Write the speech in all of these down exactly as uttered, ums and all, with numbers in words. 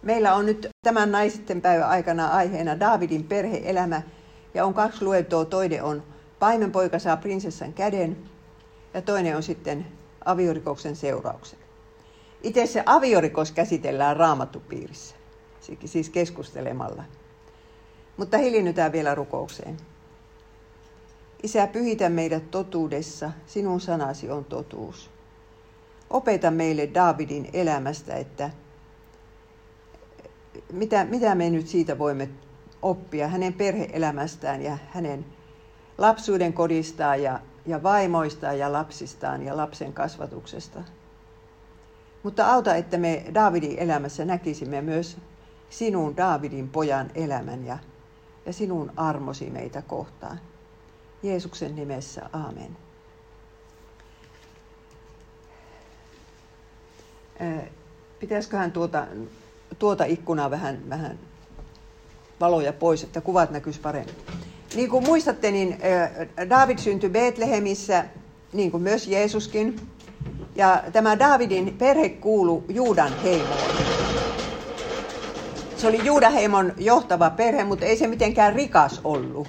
Meillä on nyt tämän naisten päivän aikana aiheena Daavidin perhe-elämä ja on kaksi luentoa. Toinen on Paimenpoika saa prinsessan käden ja toinen on sitten aviorikoksen seuraukset. Itse se aviorikos käsitellään raamattupiirissä, siis keskustelemalla. Mutta hiljennytään vielä rukoukseen. Isä, pyhitä meidät totuudessa, sinun sanasi on totuus. Opeta meille Daavidin elämästä, että mitä, mitä me nyt siitä voimme oppia hänen perhe-elämästään ja hänen lapsuuden kodistaan ja, ja vaimoistaan ja lapsistaan ja lapsen kasvatuksesta. Mutta auta, että me Daavidin elämässä näkisimme myös sinun Daavidin pojan elämän ja, ja sinun armosi meitä kohtaan. Jeesuksen nimessä, aamen. Pitäisiköhän tuota, tuota ikkunaa vähän, vähän valoja pois, että kuvat näkyisi paremmin. Niin kuin muistatte, niin Daavid syntyi Betlehemissä, niin kuin myös Jeesuskin. Ja tämä Daavidin perhe kuului Juudan heimoon. Se oli Juudan heimon johtava perhe, mutta ei se mitenkään rikas ollut.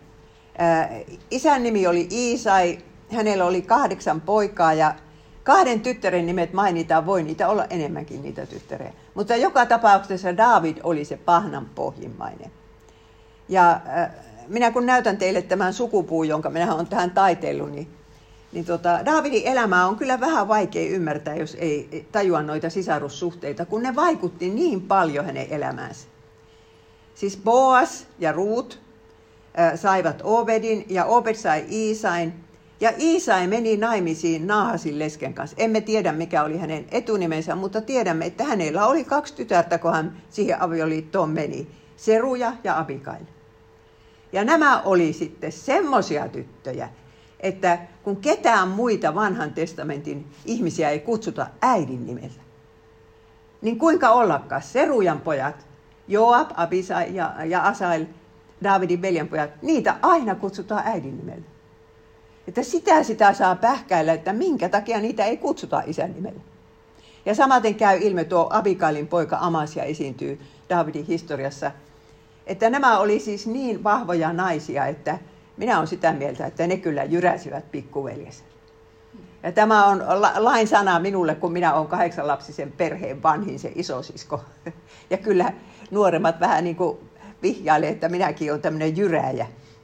Isän nimi oli Iisai, hänellä oli kahdeksan poikaa ja kahden tyttären nimet mainitaan, voi niitä olla enemmänkin niitä tyttäriä. Mutta joka tapauksessa Daavid oli se pahnan pohjimmainen. Ja äh, minä kun näytän teille tämän sukupuun, jonka minä olen tähän taiteillut, niin, niin tota, Daavidin elämää on kyllä vähän vaikea ymmärtää, jos ei tajua noita sisarussuhteita, kun ne vaikutti niin paljon hänen elämäänsä. Siis Boas ja Ruut äh, saivat Obedin ja Obed sai Iisain. Ja Iisai meni naimisiin Naahasin lesken kanssa. Emme tiedä, mikä oli hänen etunimensä, mutta tiedämme, että hänellä oli kaksi tytärtä, kun hän siihen avioliittoon meni. Seruja ja Abikail. Ja nämä oli sitten semmoisia tyttöjä, että kun ketään muita vanhan testamentin ihmisiä ei kutsuta äidin nimellä, niin kuinka ollakaan Serujan pojat, Joab, Abisai ja, ja Asael, Daavidin veljenpojat, niitä aina kutsutaan äidin nimellä. Että sitä sitä saa pähkäillä, että minkä takia niitä ei kutsuta isän nimellä. Ja samaten käy ilme tuo Abikailin poika Amasia esiintyy Daavidin historiassa. Että nämä oli siis niin vahvoja naisia, että minä olen sitä mieltä, että ne kyllä jyräsivät pikkuveljensä. Ja tämä on lain sana minulle, kun minä olen kahdeksanlapsisen perheen vanhin se isosisko. Ja kyllä nuoremmat vähän niin kuin vihjailee, että minäkin olen tämmöinen jyrääjä.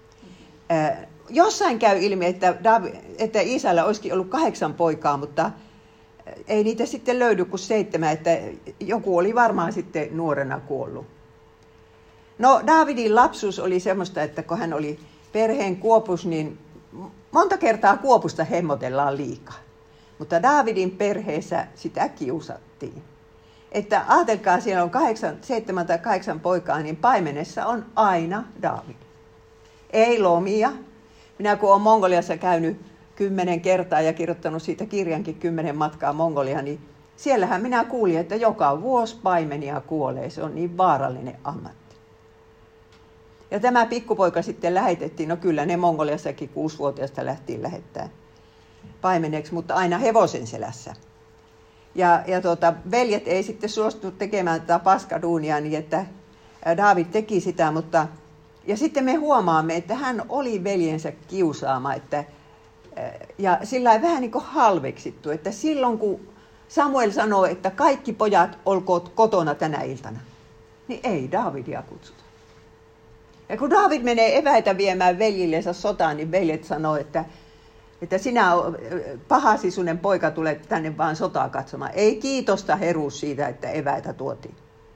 Jossain käy ilmi, että, David, että Iisailla olisikin ollut kahdeksan poikaa, mutta ei niitä sitten löydy kuin seitsemän, että joku oli varmaan sitten nuorena kuollut. No, Daavidin lapsuus oli semmoista, että kun hän oli perheen kuopus, niin monta kertaa kuopusta hemmotellaan liikaa. Mutta Daavidin perheessä sitä kiusattiin. Että ajatelkaa, siellä on kahdeksan, seitsemän tai kahdeksan poikaa, niin paimenessa on aina Daavid. Ei lomia. Minä kun olen Mongoliassa käynyt kymmenen kertaa ja kirjoittanut siitä kirjankin kymmenen matkaa Mongoliaan, niin siellähän minä kuulin, että joka vuosi paimenia kuolee. Se on niin vaarallinen ammatti. Ja tämä pikkupoika sitten lähetettiin, no kyllä ne Mongoliassakin kuusivuotiaasta lähtiin lähettää paimeneeksi, mutta aina hevosen selässä. Ja, ja tuota, veljet ei sitten suostunut tekemään tätä paskaduunia niin, että Daavid teki sitä, mutta ja sitten me huomaamme, että hän oli veljensä kiusaama, että, ja sillä ei vähän niin kuin halveksittu, että silloin kun Samuel sanoi, että kaikki pojat olkoot kotona tänä iltana, niin ei Daavidia kutsuta. Ja kun Daavid menee eväitä viemään veljillensä sotaan, niin veljet sanoo, että, että sinä pahasisuinen poika tulet tänne vaan sotaa katsomaan. Ei kiitosta heruus siitä, että eväitä tuotiin.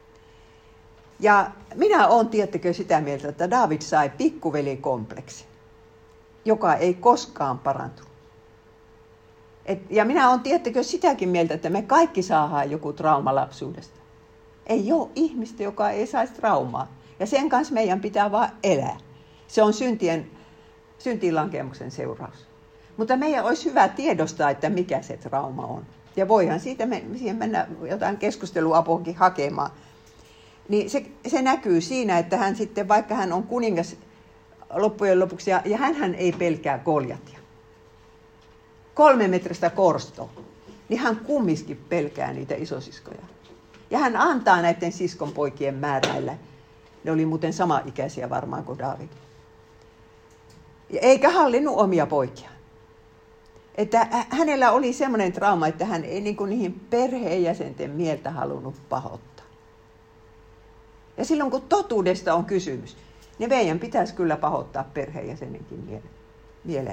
Ja minä olen tiettäkö sitä mieltä, että Daavid sai pikkuvelikompleksi, joka ei koskaan parantunut. Et, ja minä olen tiettäkö sitäkin mieltä, että me kaikki saadaan joku trauma lapsuudesta. Ei ole ihmistä, joka ei saisi traumaa. Ja sen kanssa meidän pitää vaan elää. Se on syntien, syntiinlankemuksen seuraus. Mutta meidän olisi hyvä tiedostaa, että mikä se trauma on. Ja voihan siitä me, siihen mennä jotain keskusteluapuakin hakemaan. Niin se, se näkyy siinä, että hän sitten, vaikka hän on kuningas loppujen lopuksi, ja, ja hänhän ei pelkää Goljatia. Kolme metristä korsto, niin hän kumminkin pelkää niitä isosiskoja. Ja hän antaa näiden siskonpoikien määräillä. Ne oli muuten sama-ikäisiä varmaan kuin Daavid. Eikä hallinnut omia poikiaan. Että hänellä oli semmoinen trauma, että hän ei niin kuin niihin perheenjäsenten mieltä halunnut pahoittaa. Ja silloin kun totuudesta on kysymys, niin meidän pitäisi kyllä pahoittaa perheenjäsenenkin mielen.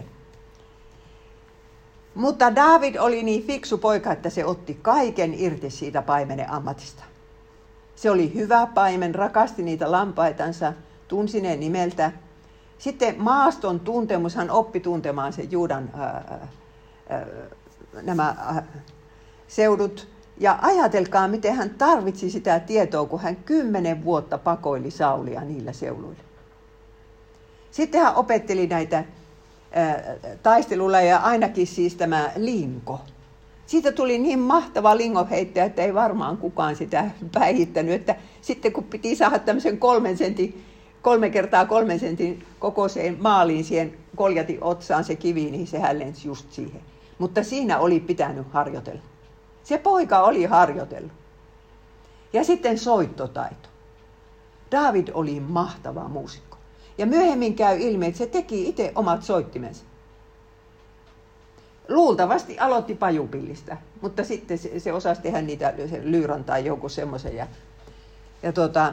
Mutta Daavid oli niin fiksu poika, että se otti kaiken irti siitä paimenen ammatista. Se oli hyvä paimen, rakasti niitä lampaitansa, tunsi ne nimeltä. Sitten maaston tuntemus, hän oppi tuntemaan sen Juudan ää, ää, nämä ää, seudut. Ja ajatelkaa, miten hän tarvitsi sitä tietoa, kun hän kymmenen vuotta pakoili Saulia niillä seuduilla. Sitten hän opetteli näitä ää, taistelulla ja ainakin siis tämä linko. Siitä tuli niin mahtava lingonheittäjä, että ei varmaan kukaan sitä päihittänyt. Että sitten kun piti saada tämmöisen kolmen sentin, kolme kertaa kolmen sentin kokoiseen maaliin siihen Goljatin otsaan se kivi, niin sehän lensi just siihen. Mutta siinä oli pitänyt harjoitella. Se poika oli harjoitellut. Ja sitten soittotaito. Daavid oli mahtava muusikko. Ja myöhemmin käy ilmi, että se teki itse omat soittimensa. Luultavasti aloitti pajupillistä, mutta sitten se, se osasi tehdä niitä lyyran tai joku semmoisen. Ja, ja tuota,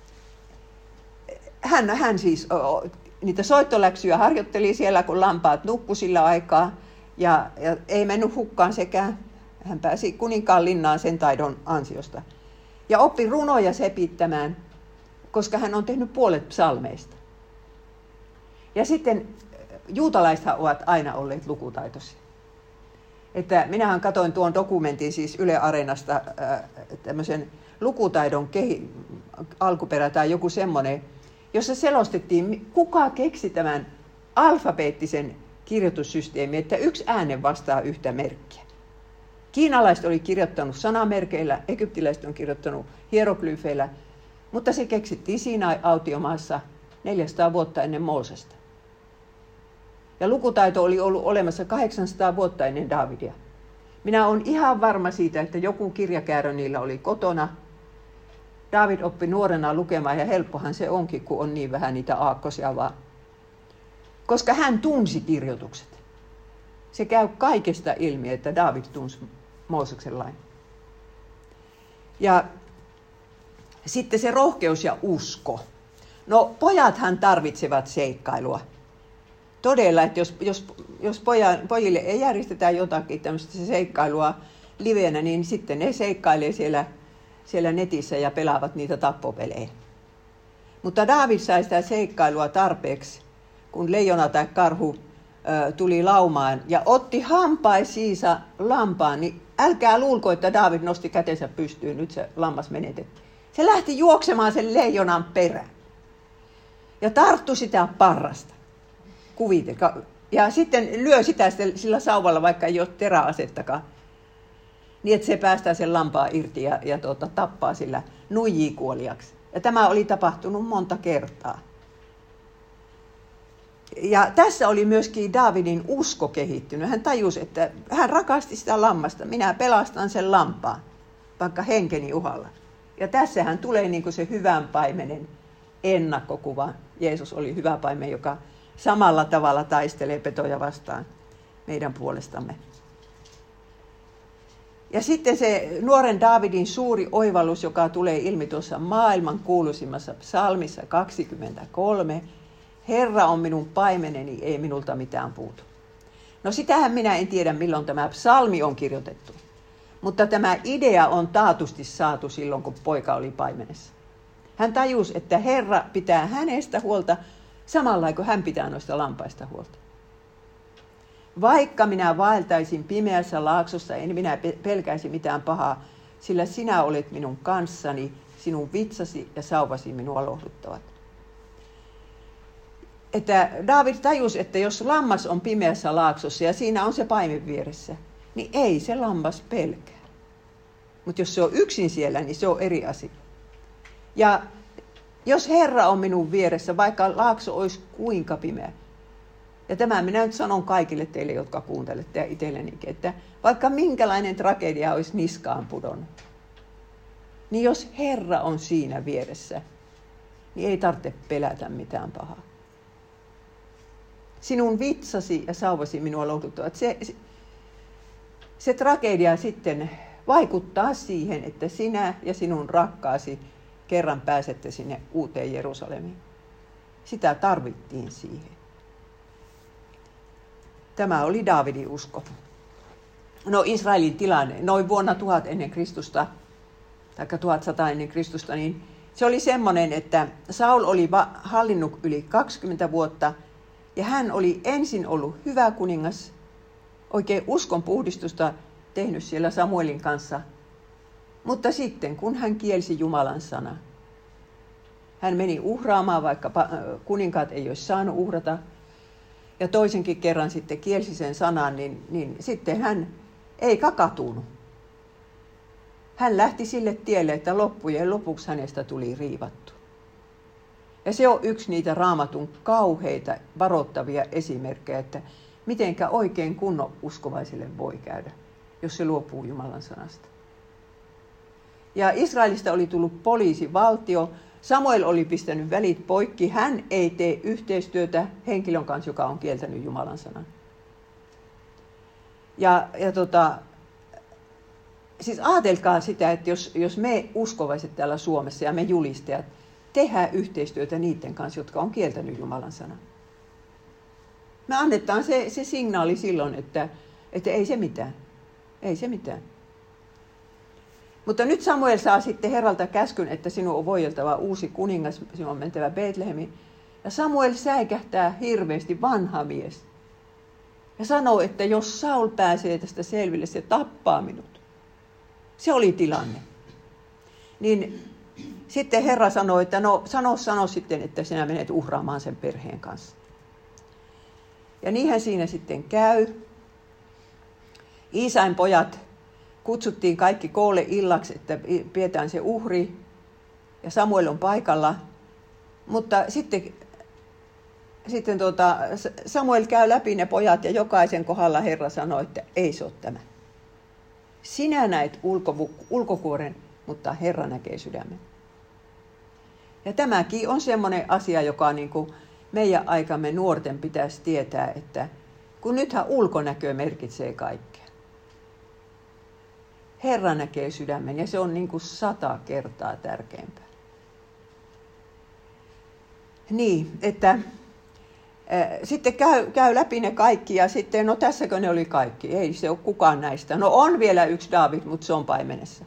hän, hän siis o, niitä soittoläksyjä harjoitteli siellä, kun lampaat nukkui sillä aikaa. Ja, ja ei mennyt hukkaan sekään. Hän pääsi kuninkaan linnaan sen taidon ansiosta. Ja oppi runoja sepittämään, koska hän on tehnyt puolet psalmeista. Ja sitten juutalaisethan ovat aina olleet lukutaitoisia. Että minähän katoin tuon dokumentin siis Yle Areenasta tämmöisen lukutaidon kehi, alkuperä tai joku semmoinen, jossa selostettiin, kuka keksi tämän alfabeettisen kirjoitussysteemin, että yksi ääne vastaa yhtä merkkiä. Kiinalaiset oli kirjoittanut sanamerkeillä, egyptiläiset on kirjoittanut hieroglyfeillä, mutta se keksittiin Siinai-autiomaassa neljäsataa vuotta ennen Moosesta. Ja lukutaito oli ollut olemassa kahdeksansataa vuotta ennen Daavidia. Minä olen ihan varma siitä, että joku kirjakäärö niillä oli kotona. Daavid oppi nuorena lukemaan ja helppohan se onkin, kun on niin vähän niitä aakkosia vaan. Koska hän tunsi kirjoitukset. Se käy kaikesta ilmi, että Daavid tunsi Mooseksen lain. Ja sitten se rohkeus ja usko. No pojathan tarvitsevat seikkailua. Todella, että jos, jos, jos poja, pojille ei järjestetä jotakin tämmöistä seikkailua livenä, niin sitten ne seikkailee siellä, siellä netissä ja pelaavat niitä tappopelejä. Mutta Daavid sai sitä seikkailua tarpeeksi, kun leijona tai karhu ö, tuli laumaan ja otti hampaisiinsa lampaan, niin älkää luulko, että Daavid nosti kätensä pystyyn, nyt se lammas menetettiin. Se lähti juoksemaan sen leijonan perään ja tarttui sitä parrasta. Kuvitelkaa. Ja sitten lyö sitä sillä sauvalla, vaikka ei ole teräasettakaan, niin että se päästää sen lampaa irti ja, ja tuota, tappaa sillä nuijii kuoliaksi. Ja tämä oli tapahtunut monta kertaa. Ja tässä oli myöskin Daavidin usko kehittynyt. Hän tajusi, että hän rakasti sitä lammasta. Minä pelastan sen lampaan, vaikka henkeni uhalla. Ja tässähän tulee niin kuin se hyvän paimenen ennakkokuva. Jeesus oli hyvä paimen, joka samalla tavalla taistelee petoja vastaan meidän puolestamme. Ja sitten se nuoren Daavidin suuri oivallus, joka tulee ilmi tuossa maailman kuuluisimmassa psalmissa kaksikymmentäkolme. Herra on minun paimeneni, ei minulta mitään puutu. No sitähän minä en tiedä, milloin tämä psalmi on kirjoitettu. Mutta tämä idea on taatusti saatu silloin, kun poika oli paimenessa. Hän tajusi, että Herra pitää hänestä huolta samalla kuin hän pitää noista lampaista huolta. Vaikka minä vaeltaisin pimeässä laaksossa, en minä pelkäisi mitään pahaa, sillä sinä olet minun kanssani, sinun vitsasi ja sauvasi minua lohduttavat. Että Daavid tajusi, että jos lammas on pimeässä laaksossa ja siinä on se paimen vieressä, niin ei se lammas pelkää. Mutta jos se on yksin siellä, niin se on eri asia. Ja jos Herra on minun vieressä, vaikka laakso olisi kuinka pimeä, ja tämä minä nyt sanon kaikille teille, jotka kuuntelette ja itsellenikin, että vaikka minkälainen tragedia olisi niskaan pudonnut, niin jos Herra on siinä vieressä, niin ei tarvitse pelätä mitään pahaa. Sinun vitsasi ja sauvasi minua lohduttavat. Se, se, se tragedia sitten vaikuttaa siihen, että sinä ja sinun rakkaasi kerran pääsette sinne uuteen Jerusalemiin. Sitä tarvittiin siihen. Tämä oli Daavidin usko. No Israelin tilanne, noin vuonna tuhat ennen Kristusta, tai tuhatsata ennen Kristusta, niin se oli semmoinen, että Saul oli hallinnut yli kaksikymmentä vuotta, ja hän oli ensin ollut hyvä kuningas, oikein uskon puhdistusta tehnyt siellä Samuelin kanssa. Mutta sitten, kun hän kielsi Jumalan sana, hän meni uhraamaan, vaikka kuninkaat ei olisi saanut uhrata, ja toisenkin kerran sitten kielsi sen sanan, niin, niin sitten hän ei kakatunut. Hän lähti sille tielle, että loppujen lopuksi hänestä tuli riivattu. Ja se on yksi niitä Raamatun kauheita varoittavia esimerkkejä, että mitenkä oikein kunnon uskovaisille voi käydä, jos se luopuu Jumalan sanasta. Ja Israelista oli tullut poliisivaltio. Samuel oli pistänyt välit poikki. Hän ei tee yhteistyötä henkilön kanssa, joka on kieltänyt Jumalan sanan. Ja, ja tota, siis ajatelkaa sitä, että jos, jos me uskovaiset täällä Suomessa ja me julistajat tehdään yhteistyötä niiden kanssa, jotka on kieltänyt Jumalan sanan. Me annetaan se, se signaali silloin, että, että ei se mitään. Ei se mitään. Mutta nyt Samuel saa sitten Herralta käskyn, että sinun on voideltava uusi kuningas, sinun on mentävä Betlehemiin. Ja Samuel säikähtää hirveästi, vanha mies. Ja sanoo, että jos Saul pääsee tästä selville, se tappaa minut. Se oli tilanne. Niin sitten Herra sanoi, että no sano, sano sitten, että sinä menet uhraamaan sen perheen kanssa. Ja niinhän siinä sitten käy. Iisain pojat kutsuttiin kaikki koolle illaksi, että pidetään se uhri. Ja Samuel on paikalla. Mutta sitten, sitten tuota, Samuel käy läpi ne pojat ja jokaisen kohdalla Herra sanoi, että ei se ole tämä. Sinä näet ulko, ulkokuoren, mutta Herra näkee sydämen. Ja tämäkin on semmoinen asia, joka niin kuin meidän aikamme nuorten pitäisi tietää, että kun nythän ulkonäkö merkitsee kaikkea. Herra näkee sydämen ja se on niin kuin sata kertaa tärkeämpää. Niin, että äh, sitten käy, käy läpi ne kaikki ja sitten, no tässäkö ne oli kaikki? Ei se ole kukaan näistä. No on vielä yksi Daavid, mutta se on paimenessa.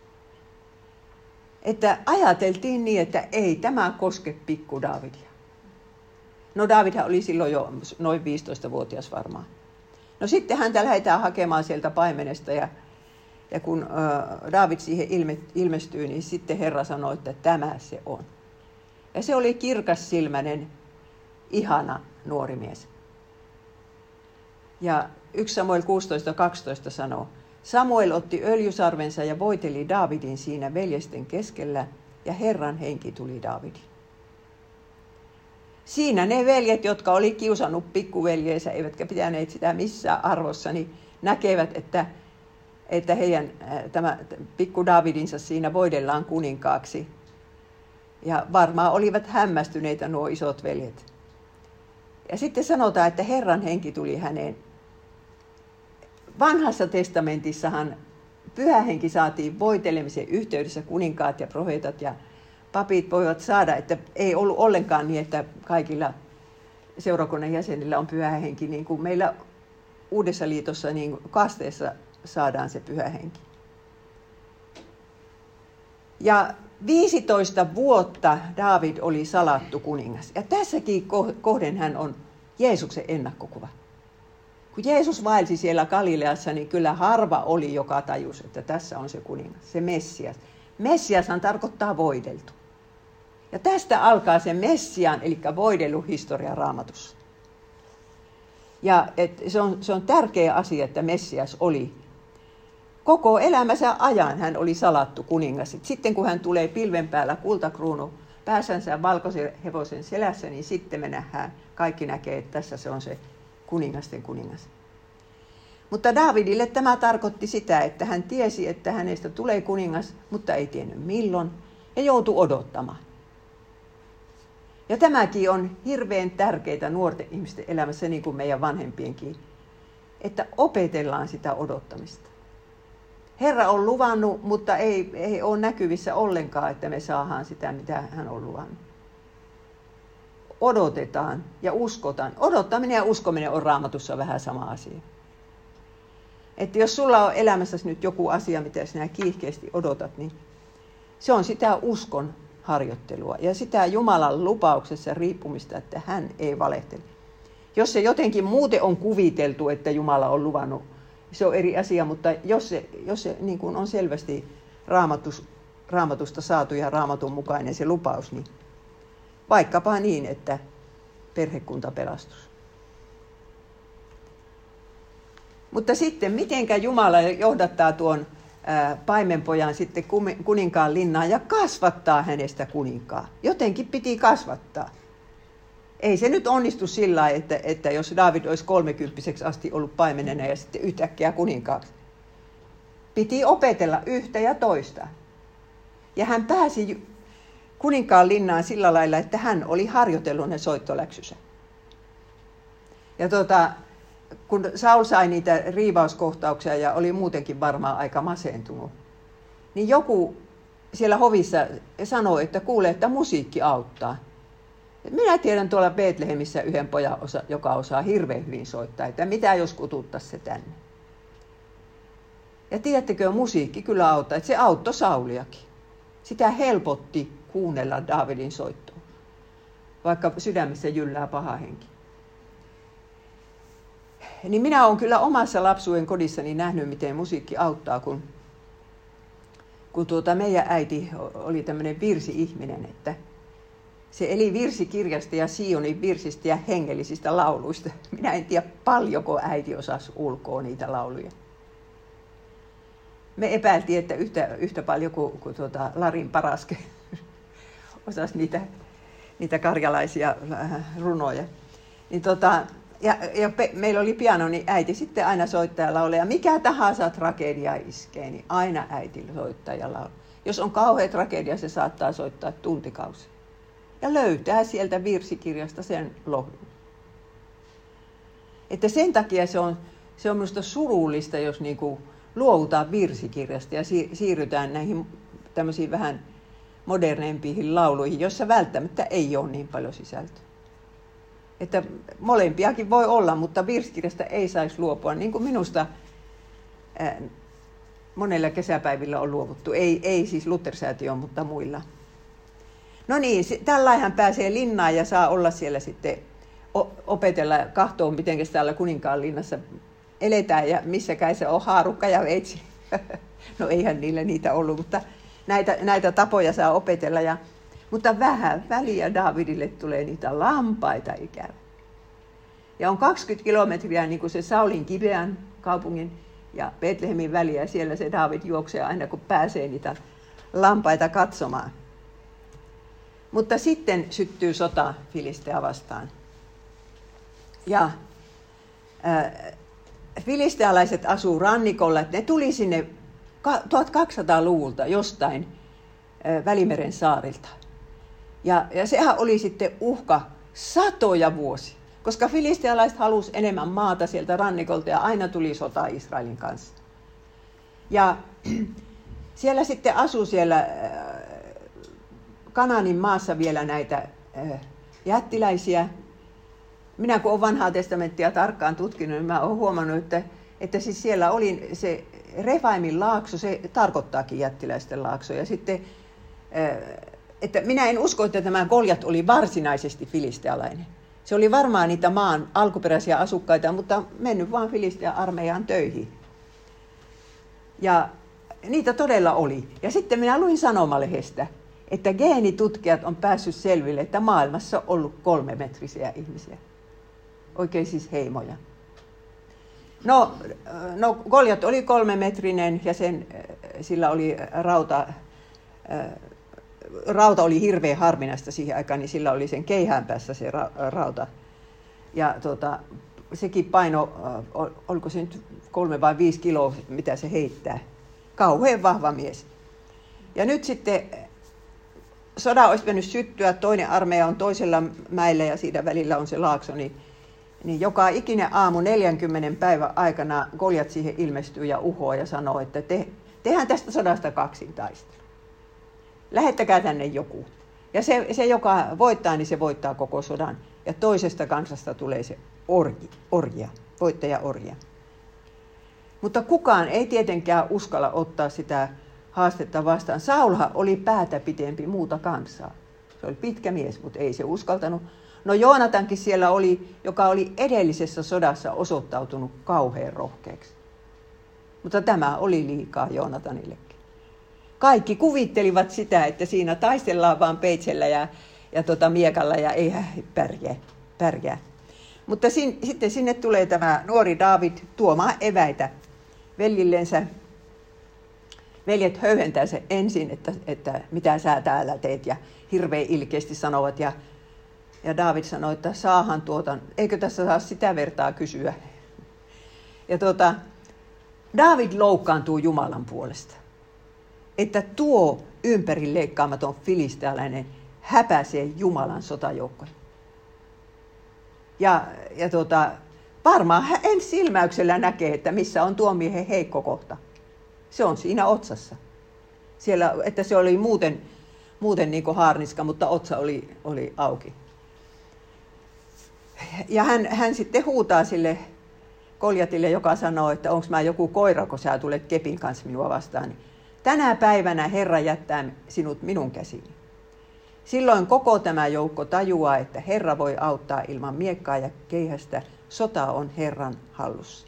Että ajateltiin niin, että ei tämä koske pikku Daavidia. No Daavidhan oli silloin jo noin viisitoistavuotias varmaan. No sitten häntä lähdetään hakemaan sieltä paimenesta ja, ja kun äh, Daavid siihen ilme, ilmestyy, niin sitten Herra sanoi, että tämä se on. Ja se oli kirkassilmäinen, ihana nuori mies. Ja yksi Samuel kuusitoista kaksitoista sanoo, Samuel otti öljysarvensa ja voiteli Daavidin siinä veljesten keskellä, ja Herran henki tuli Daavidin. Siinä ne veljet, jotka oli kiusannut pikkuveljeensä, eivätkä pitäneet sitä missään arvossa, niin näkevät, että, että heidän tämä pikku Daavidinsa siinä voidellaan kuninkaaksi. Ja varmaan olivat hämmästyneitä nuo isot veljet. Ja sitten sanotaan, että Herran henki tuli häneen. Vanhassa testamentissahan pyhä henki saatiin voitelemisen yhteydessä, kuninkaat ja profeetat ja papit voivat saada, että ei ollut ollenkaan niin, että kaikilla seurakunnan jäsenillä on pyhä henki, niin kuin meillä Uudessa liitossa niin kasteessa saadaan se pyhä henki. Ja viisitoista vuotta Daavid oli salattu kuningas. Ja tässäkin kohden hän on Jeesuksen ennakkokuva. Kun Jeesus vaelsi siellä Galileassa, niin kyllä harva oli, joka tajusi, että tässä on se kuningas, se Messias. Messiashan tarkoittaa voideltu. Ja tästä alkaa se Messiaan, eli voideluhistoria Raamatussa. Ja et se, on, se on tärkeä asia, että Messias oli. Koko elämänsä ajan hän oli salattu kuningas. Sitten kun hän tulee pilven päällä kultakruunu päässänsä valkoisen hevosen selässä, niin sitten me nähdään, kaikki näkee, että tässä se on se kuningasten kuningas. Mutta Daavidille tämä tarkoitti sitä, että hän tiesi, että hänestä tulee kuningas, mutta ei tiennyt milloin, ja joutui odottamaan. Ja tämäkin on hirveän tärkeää nuorten ihmisten elämässä, niin kuin meidän vanhempienkin, että opetellaan sitä odottamista. Herra on luvannut, mutta ei, ei ole näkyvissä ollenkaan, että me saadaan sitä, mitä hän on luvannut. Odotetaan ja uskotaan. Odottaminen ja uskominen on Raamatussa vähän sama asia. Että jos sulla on elämässäsi nyt joku asia, mitä sinä kiihkeästi odotat, niin se on sitä uskon harjoittelua ja sitä Jumalan lupauksessa riippumista, että hän ei valehtele. Jos se jotenkin muuten on kuviteltu, että Jumala on luvannut, se on eri asia, mutta jos se, jos se niin kuin on selvästi raamatus, raamatusta saatu ja raamatun mukainen se lupaus, niin vaikkapa niin, että perhekunta pelastus. Mutta sitten, mitenkä Jumala johdattaa tuon ää, paimenpojan sitten kuninkaan linnaan ja kasvattaa hänestä kuninkaa. Jotenkin piti kasvattaa. Ei se nyt onnistu sillä lailla, että, että jos Daavid olisi kolmekymppiseksi asti ollut paimenena ja sitten yhtäkkiä kuninkaaksi. Piti opetella yhtä ja toista. Ja hän pääsi kuninkaan linnaan sillä lailla, että hän oli harjoitellut ne soittoläksynsä. Ja tuota, kun Saul sai niitä riivauskohtauksia ja oli muutenkin varmaan aika masentunut, niin joku siellä hovissa sanoi, että kuule, että musiikki auttaa. Minä tiedän tuolla Betlehemissä yhden pojan, joka osaa hirveän hyvin soittaa, että mitä jos kututtaisi se tänne. Ja tiedättekö, musiikki kyllä auttaa, että se auttoi Sauliakin. Sitä helpotti kuunnella Daavidin soittoa, vaikka sydämessä jyllää paha henki. Niin minä olen kyllä omassa lapsuuden kodissani nähnyt, miten musiikki auttaa, kun, kun tuota meidän äiti oli tämmöinen virsi-ihminen, että se eli virsikirjasta ja Sionin virsistä ja hengellisistä lauluista. Minä en tiedä paljonko äiti osasi ulkoa niitä lauluja. Me epäiltiin, että yhtä, yhtä paljon kuin, kuin tuota Larin Paraske osasi niitä, niitä karjalaisia runoja. Niin tota, ja, ja pe, meillä oli piano, niin äiti sitten aina soittaa ja laulaa. Ja mikä tahansa tragedia iskee, niin aina äiti soittaa ja laulaa. Jos on kauhea tragedia, se saattaa soittaa tuntikausi. Ja löytää sieltä virsikirjasta sen lohdun. Että sen takia se on, se on minusta surullista, jos niinku luovutaan virsikirjasta ja siirrytään näihin tämmöisiin vähän moderneimpiin lauluihin, joissa välttämättä ei ole niin paljon sisältöä. Että molempiakin voi olla, mutta virsikirjasta ei saisi luopua, niin kuin minusta ää, monella kesäpäivillä on luovuttu. Ei, ei siis Luther-säätiön, mutta muilla. No niin, tällä hän pääsee linnaan ja saa olla siellä sitten opetella kahtoon, miten täällä kuninkaan linnassa eletään ja missäkään se on haarukka ja veitsi. No eihän niillä niitä ollut, mutta näitä, näitä tapoja saa opetella. Ja, mutta vähän väliä Daavidille tulee niitä lampaita ikävä. Ja on kaksikymmentä kilometriä niin kuin se Saulin Gibean kaupungin ja Betlehemin väliä. Ja siellä se Daavid juoksee aina kun pääsee niitä lampaita katsomaan. Mutta sitten syttyy sota Filistea vastaan. Ja äh, filistealaiset asuu rannikolla, että ne tuli sinne tuhatkaksisataaluvulta jostain äh, Välimeren saarilta. Ja, ja sehän oli sitten uhka satoja vuosia, koska filistealaiset halusi enemmän maata sieltä rannikolta ja aina tuli sota Israelin kanssa. Ja siellä sitten asui siellä äh, Kanaanin maassa vielä näitä äh, jättiläisiä. Minä kun olen vanhaa testamenttia tarkkaan tutkinut, niin mä olen huomannut, että, että siis siellä oli se Refaimin laakso, se tarkoittaakin jättiläisten laakso. Ja sitten, äh, että minä en usko, että tämä Goljat oli varsinaisesti filistealainen. Se oli varmaan niitä maan alkuperäisiä asukkaita, mutta mennyt vaan Filistea-armeijaan töihin. Ja niitä todella oli. Ja sitten minä luin sanomalehdestä, että geenitutkijat on päässyt selville, että maailmassa on ollut kolmemetrisiä ihmisiä. Oikein siis heimoja. No, no Goljat oli kolmemetrinen ja sen, sillä oli rauta, rauta oli hirveän harvinaista siihen aikaan, niin sillä oli sen keihään päässä se rauta. Ja tuota, sekin paino, oliko se nyt kolme vai viisi kiloa, mitä se heittää. Kauhean vahva mies. Ja nyt sitten sodan olisi mennyt syttyä, toinen armeija on toisella mäellä ja siitä välillä on se laakso, niin, niin joka ikinen aamu neljänkymmenen päivän aikana Goljat siihen ilmestyy ja uhoaa ja sanoo, että te, tehdään tästä sodasta kaksin taistelu. Lähettäkää tänne joku. Ja se, se, joka voittaa, niin se voittaa koko sodan. Ja toisesta kansasta tulee se orji, orja, voittaja-orja. Mutta kukaan ei tietenkään uskalla ottaa sitä haastetta vastaan. Saulhan oli päätä pitempi muuta kansaa. Se oli pitkä mies, mutta ei se uskaltanut. No Joonatankin siellä oli, joka oli edellisessä sodassa osoittautunut kauhean rohkeaksi. Mutta tämä oli liikaa Joonatanillekin. Kaikki kuvittelivat sitä, että siinä taistellaan vaan peitsellä ja, ja tota miekalla ja ei pärjää. pärjää. Mutta sin, sitten sinne tulee tämä nuori Daavid tuomaan eväitä veljillensä. Veljet höyhentää se ensin, että, että mitä sä täällä teet, ja hirveän ilkeästi sanovat. Ja, ja Daavid sanoi, että saahan tuota, eikö tässä saa sitä vertaa kysyä. Ja tuota, Daavid loukkaantuu Jumalan puolesta, että tuo ympäri leikkaamaton filistealainen häpäisee Jumalan sotajoukkoja. Ja, ja tuota, varmaan hän ensi silmäyksellä näkee, että missä on tuo miehen heikko kohta. Se on siinä otsassa. Siellä, että se oli muuten, muuten niin kuin haarniska, mutta otsa oli, oli auki. Ja hän, hän sitten huutaa sille Goljatille, joka sanoo, että onko mä joku koira, kun sä tulet kepin kanssa minua vastaan. Tänä päivänä Herra jättää sinut minun käsiini. Silloin koko tämä joukko tajuaa, että Herra voi auttaa ilman miekkaa ja keihästä. Sota on Herran hallussa.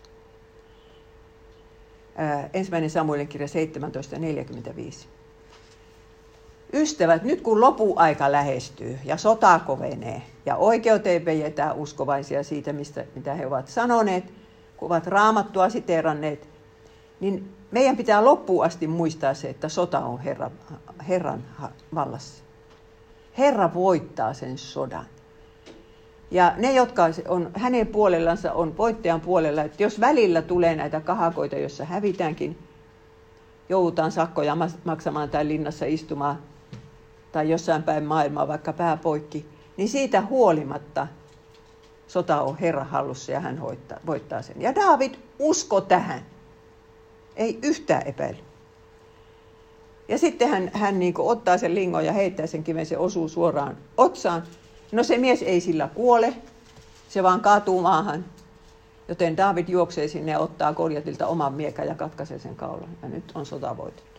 Ää, ensimmäinen Samuelin kirja seitsemäntoista neljäkymmentäviisi. Ystävät, nyt kun lopuaika lähestyy ja sota kovenee ja oikeuteen vejetään uskovaisia siitä, mistä, mitä he ovat sanoneet, kun ovat Raamattua siteeranneet, niin meidän pitää loppuun asti muistaa se, että sota on Herran, Herran vallassa. Herra voittaa sen sodan. Ja ne, jotka on hänen puolellansa, on voittajan puolella. Että jos välillä tulee näitä kahakoita, jossa hävitäänkin, joudutaan sakkoja maksamaan tai linnassa istumaan, tai jossain päin maailmaa vaikka pää poikki, niin siitä huolimatta sota on Herran hallussa ja hän voittaa, voittaa sen. Ja Daavid usko tähän. Ei yhtään epäily. Ja sitten hän, hän niin kuin ottaa sen lingon ja heittää sen kiven, se osuu suoraan otsaan. No se mies ei sillä kuole, se vaan kaatuu maahan. Joten Daavid juoksee sinne ja ottaa Goljatilta oman miekan ja katkaisee sen kaulan. Ja nyt on sota voitettu.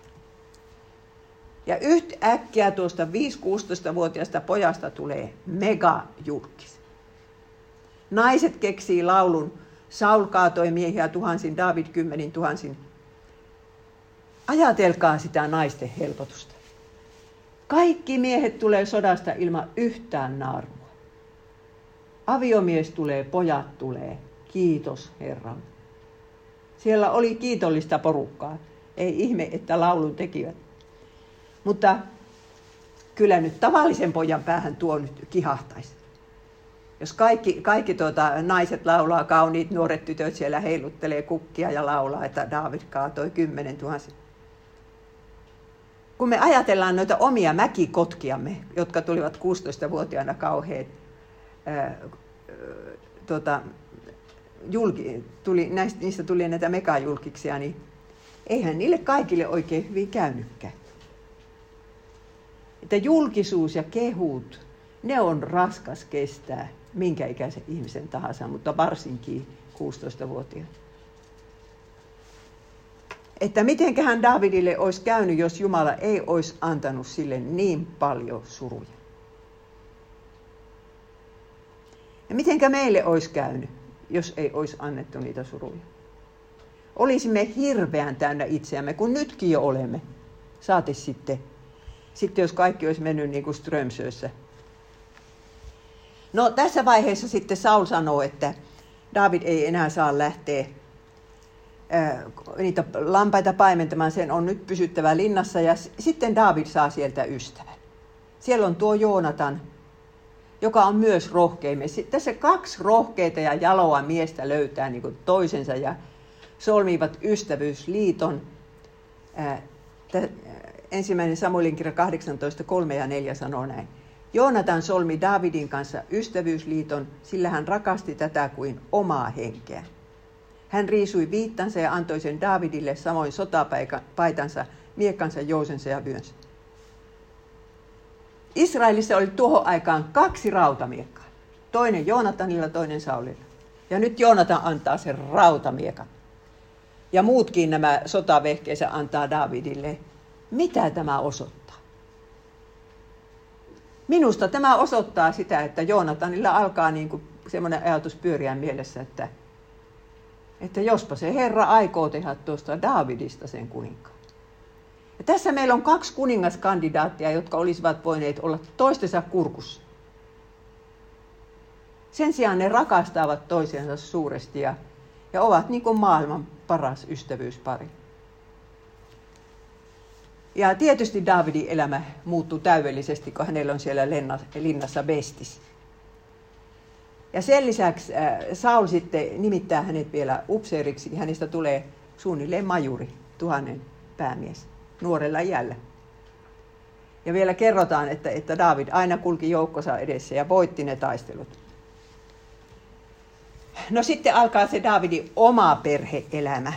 Ja yhtäkkiä tuosta viisi-kuusitoista-vuotiaasta pojasta tulee megajulkis. Naiset keksii laulun, Saul kaatoi miehiä tuhansin, Daavid kymmenin tuhansin. Ajatelkaa sitä naisten helpotusta. Kaikki miehet tulee sodasta ilman yhtään naarmua. Aviomies tulee, pojat tulee. Kiitos Herralle. Siellä oli kiitollista porukkaa. Ei ihme, että laulun tekivät. Mutta kyllä nyt tavallisen pojan päähän tuo nyt kihahtaisi. Jos kaikki, kaikki tuota, naiset laulaa, kauniit nuoret tytöt siellä heiluttelee kukkia ja laulaa, että Daavid kaatoi kymmenen tuhansia. Kun me ajatellaan noita omia mäkikotkiamme, jotka tulivat kuusitoistavuotiaana kauheat, ää, tuota, julki, tuli, näistä, niistä tuli näitä megajulkiksia, niin eihän niille kaikille oikein hyvin käynytkään. Että julkisuus ja kehut, ne on raskas kestää minkä ikäisen ihmisen tahansa, mutta varsinkin kuusitoistavuotiaan. Että mitenköhän Daavidille olisi käynyt, jos Jumala ei olisi antanut sille niin paljon suruja. Ja mitenkä meille olisi käynyt, jos ei olisi annettu niitä suruja. Olisimme hirveän täynnä itseämme, kun nytkin jo olemme. Saati sitten, sitten jos kaikki olisi mennyt niin kuin Strömsössä. No tässä vaiheessa sitten Saul sanoo, että Daavid ei enää saa lähteä niitä lampaita paimentamaan, sen on nyt pysyttävä linnassa, ja sitten Daavid saa sieltä ystävän. Siellä on tuo Joonatan, joka on myös rohkeimme. Tässä kaksi rohkeita ja jaloa miestä löytää niin kuin toisensa ja solmivat ystävyysliiton. Ensimmäinen Samuelin kirja kahdeksantoista, kolme ja neljä sanoo näin. Joonatan solmi Daavidin kanssa ystävyysliiton, sillä hän rakasti tätä kuin omaa henkeä. Hän riisui viittansa ja antoi sen Daavidille, samoin sotapaitansa, miekkansa, jousensa ja vyönsä. Israelissa oli tuohon aikaan kaksi rautamiekkaa. Toinen Joonatanilla, toinen Saulilla. Ja nyt Joonatan antaa sen rautamiekan. Ja muutkin nämä sotavehkeensä antaa Daavidille. Mitä tämä osoittaa? Minusta tämä osoittaa sitä, että Joonatanilla alkaa niin kuin semmoinen ajatus pyöriä mielessä, että, että jospa se Herra aikoo tehdä tuosta Daavidista sen kuninkaan. Ja tässä meillä on kaksi kuningaskandidaattia, jotka olisivat voineet olla toistensa kurkussa. Sen sijaan ne rakastavat toisiansa suuresti ja, ja ovat niin kuin maailman paras ystävyyspari. Ja tietysti Daavidin elämä muuttuu täydellisesti, kun hänellä on siellä linnassa bestis. Ja sen lisäksi Saul sitten nimittää hänet vielä upseeriksi. Hänestä tulee suunnilleen majuri, tuhannen päämies, nuorella iällä. Ja vielä kerrotaan, että, että Daavid aina kulki joukkonsa edessä ja voitti ne taistelut. No sitten alkaa se Daavidin oma perhe-elämä.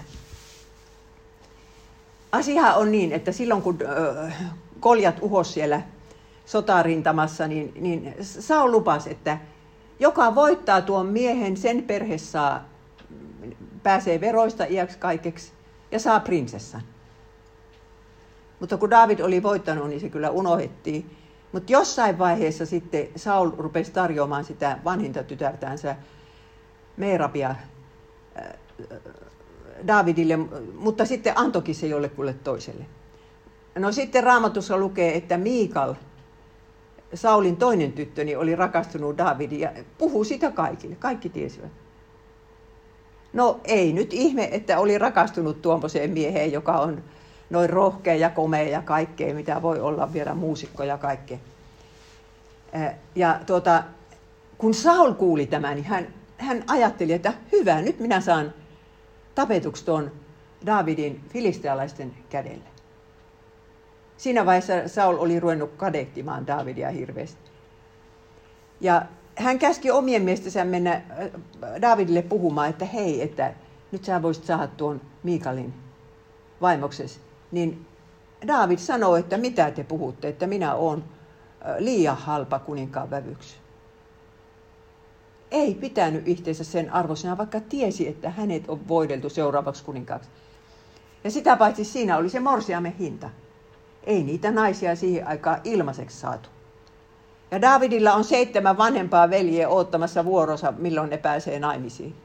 Asia on niin, että silloin kun Goljat uhosi siellä sotarintamassa, niin, niin Saul lupasi, että joka voittaa tuon miehen, sen perhe saa, pääsee veroista iäksi kaikeksi ja saa prinsessan. Mutta kun Daavid oli voittanut, niin se kyllä unohdettiin. Mutta jossain vaiheessa sitten Saul rupesi tarjoamaan sitä vanhinta tytärtänsä Meerabia Daavidille, mutta sitten antoikin se jollekulle toiselle. No sitten Raamatussa lukee, että Miikal, Saulin toinen tyttö, niin oli rakastunut Daavidin ja puhui sitä kaikille. Kaikki tiesivät. No ei nyt ihme, että oli rakastunut tuommoiseen mieheen, joka on noin rohkea ja komea ja kaikkea, mitä voi olla vielä muusikko ja kaikkea. Ja tuota, kun Saul kuuli tämän, niin hän, hän ajatteli, että hyvä, nyt minä saan tapetuksi tuon Daavidin filistealaisten kädellä. Siinä vaiheessa Saul oli ruvennut kadehtimaan Daavidia hirveästi. Ja hän käski omien miestensä mennä Daavidille puhumaan, että hei, että nyt sä voisit saada tuon Miikalin vaimoksesi. Niin Daavid sanoi, että mitä te puhutte, että minä olen liian halpa kuninkaan vävyksi. Ei pitänyt itseensä sen arvoisena, vaikka tiesi, että hänet on voideltu seuraavaksi kuninkaaksi. Ja sitä paitsi siinä oli se morsiamen hinta. Ei niitä naisia siihen aikaan ilmaiseksi saatu. Ja Daavidilla on seitsemän vanhempaa veljeä odottamassa vuorossa, milloin ne pääsee naimisiin.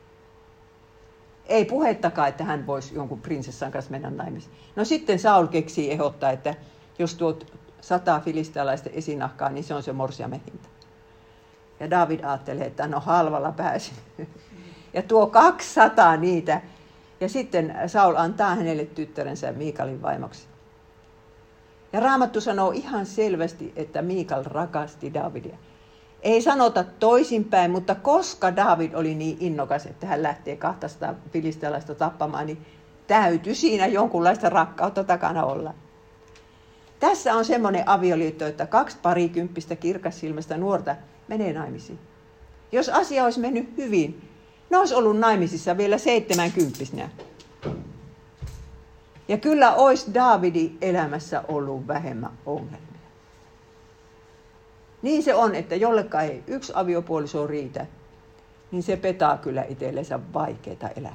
Ei puhettakaan, että hän voisi jonkun prinsessan kanssa mennä naimisiin. No sitten Saul keksii ehdottaa, että jos tuot sata filistealaista esinahkaa, niin se on se morsiamen hinta. Ja Daavid ajattelee, että no halvalla pääsin. Ja tuo kaksisataa niitä. Ja sitten Saul antaa hänelle tyttärensä Miikalin vaimoksi. Ja Raamattu sanoo ihan selvästi, että Miikal rakasti Daavidia. Ei sanota toisinpäin, mutta koska Daavid oli niin innokas, että hän lähtee kahtaista filistealaista tappamaan, niin täytyi siinä jonkunlaista rakkautta takana olla. Tässä on semmoinen avioliitto, että kaksi parikymppistä kirkassilmäistä nuorta menee naimisiin. Jos asia olisi mennyt hyvin, ne olisi ollut naimisissa vielä seitsemänkymppisenä. Ja kyllä olisi Daavidin elämässä ollut vähemmän ongelmia. Niin se on, että jollekaan ei yksi aviopuoliso riitä, niin se petaa kyllä itsellensä vaikeaa elämää.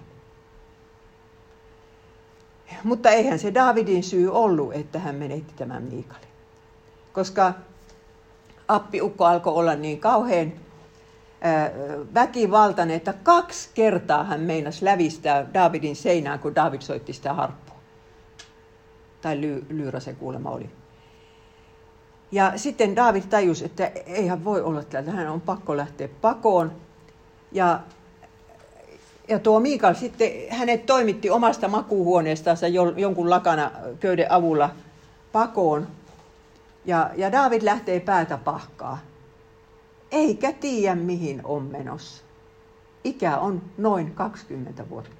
Mutta eihän se Daavidin syy ollut, että hän menetti tämän Miikalin. Koska appiukko alkoi olla niin kauhean väkivaltainen, että kaksi kertaa hän meinasi lävistää Daavidin seinään, kun Daavid soitti sitä harppua. Tai ly- lyyrä se kuulemma oli. Ja sitten Daavid tajusi, että eihän voi olla täältä, hän on pakko lähteä pakoon. Ja, ja tuo Miikal sitten, hänet toimitti omasta makuuhuoneestansa jonkun lakana köyden avulla pakoon. Ja, ja Daavid lähtee päätä pahkaa. eikä tiedä mihin on menossa. Ikä on noin kaksikymmentä vuotta.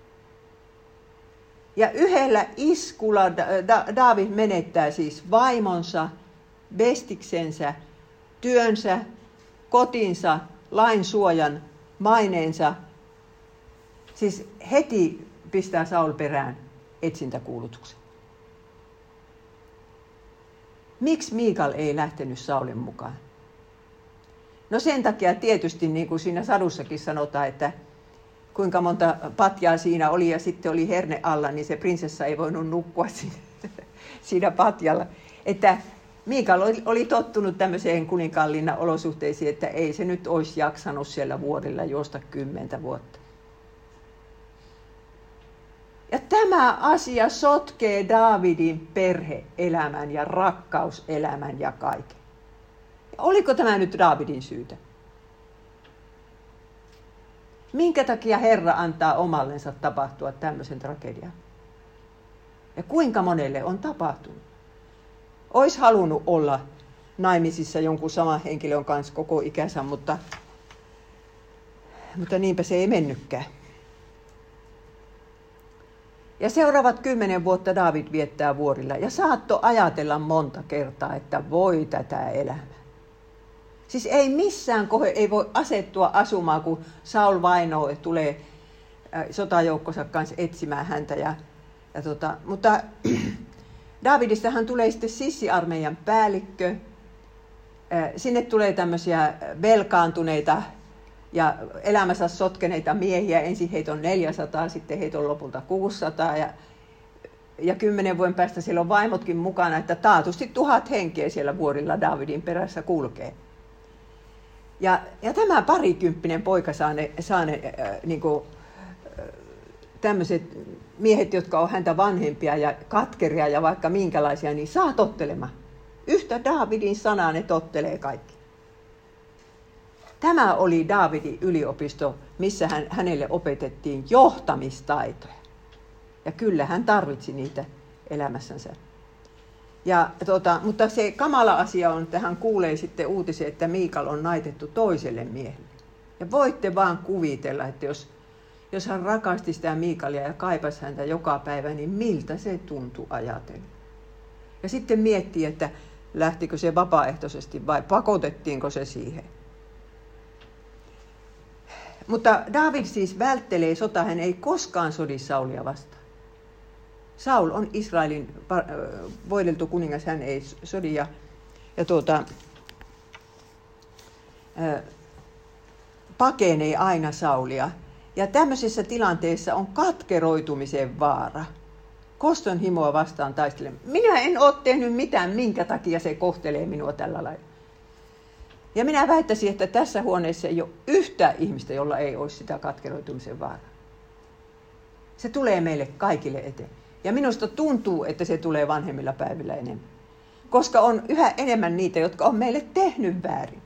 Ja yhdellä iskulla Daavid menettää siis vaimonsa, bestiksensä, työnsä, kotinsa, lainsuojan, maineensa. Siis heti pistää Saul perään etsintäkuulutuksen. Miksi Miikal ei lähtenyt Saulin mukaan? No sen takia tietysti, niin kuin siinä sadussakin sanotaan, että kuinka monta patjaa siinä oli ja sitten oli herne alla, niin se prinsessa ei voinut nukkua siinä, siinä patjalla. Että Miikal oli, oli tottunut tämmöiseen kuninkaanlinnan olosuhteisiin, että ei se nyt olisi jaksanut siellä vuorilla juosta kymmentä vuotta. Ja tämä asia sotkee Daavidin perhe-elämän ja rakkauselämän ja kaiken. Oliko tämä nyt Daavidin syytä? Minkä takia Herra antaa omallensa tapahtua tämmöisen tragedian? Ja kuinka monelle on tapahtunut? Ois halunnut olla naimisissa jonkun saman henkilön kanssa koko ikänsä, mutta, mutta niinpä se ei mennytkään. Ja seuraavat kymmenen vuotta Daavid viettää vuorilla ja saattoi ajatella monta kertaa, että voi tätä elämää. Siis ei missään kohde ei voi asettua asumaan, kun Saul vainoo tulee sotajoukkonsa kanssa etsimään häntä. Ja, ja tota, mutta Daavidistahan tulee sitten sissiarmeijan päällikkö. Sinne tulee tämmöisiä velkaantuneita ja elämänsä sotkeneita miehiä. Ensin heitä on neljäsataa, sitten heitä on lopulta kuusisataa. Ja, ja kymmenen vuoden päästä siellä on vaimotkin mukana, että taatusti tuhat henkeä siellä vuorilla Daavidin perässä kulkee. Ja, ja tämä parikymppinen poika saa ne, saa ne äh, niin kuin, äh, tämmöiset miehet, jotka on häntä vanhempia ja katkeria ja vaikka minkälaisia, niin saa tottelemaan. Yhtä Daavidin sanaa ne tottelee kaikki. Tämä oli Daavidin yliopisto, missä hän, hänelle opetettiin johtamistaitoja. Ja kyllä hän tarvitsi niitä elämässänsä. Ja, tota, mutta se kamala asia on, että hän kuulee sitten uutisen, että Miikal on naitettu toiselle miehelle. Ja voitte vaan kuvitella, että jos, jos hän rakasti sitä Miikalia ja kaipasi häntä joka päivä, niin miltä se tuntui ajatella. Ja sitten miettii, että lähtikö se vapaaehtoisesti vai pakotettiinko se siihen. Mutta Daavid siis välttelee sotaa, hän ei koskaan sodi Saulia vastaan. Saul on Israelin voideltu kuningas, hän ei sodi ja, ja tuota, ää, pakenee aina Saulia. Ja tämmöisessä tilanteessa on katkeroitumisen vaara. Koston himoa vastaan taistelemaan. Minä en ole tehnyt mitään, minkä takia se kohtelee minua tällä lailla. Ja minä väittäisin, että tässä huoneessa ei ole yhtään ihmistä, jolla ei olisi sitä katkeroitumisen vaaraa. Se tulee meille kaikille eteen. Ja minusta tuntuu, että se tulee vanhemmilla päivillä enemmän. Koska on yhä enemmän niitä, jotka on meille tehnyt väärin.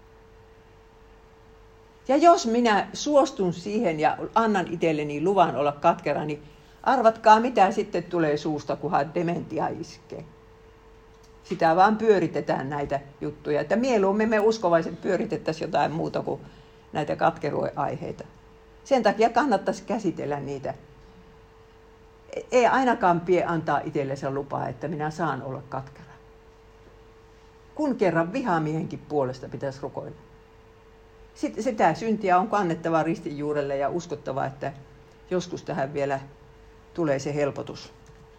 Ja jos minä suostun siihen ja annan itselleni luvan olla katkera, niin arvatkaa mitä sitten tulee suusta, kunhan dementia iskee. Sitä vaan pyöritetään näitä juttuja. Että mieluummin me uskovaiset pyöritettäisiin jotain muuta kuin näitä katkeruaiheita. Sen takia kannattaisi käsitellä niitä. Ei ainakaan pie antaa itsellensä lupaa, että minä saan olla katkera. Kun kerran vihamiehenkin puolesta pitäisi rukoilla. Sitten sitä syntiä on kannettava ristin juurelle ja uskottava, että joskus tähän vielä tulee se helpotus.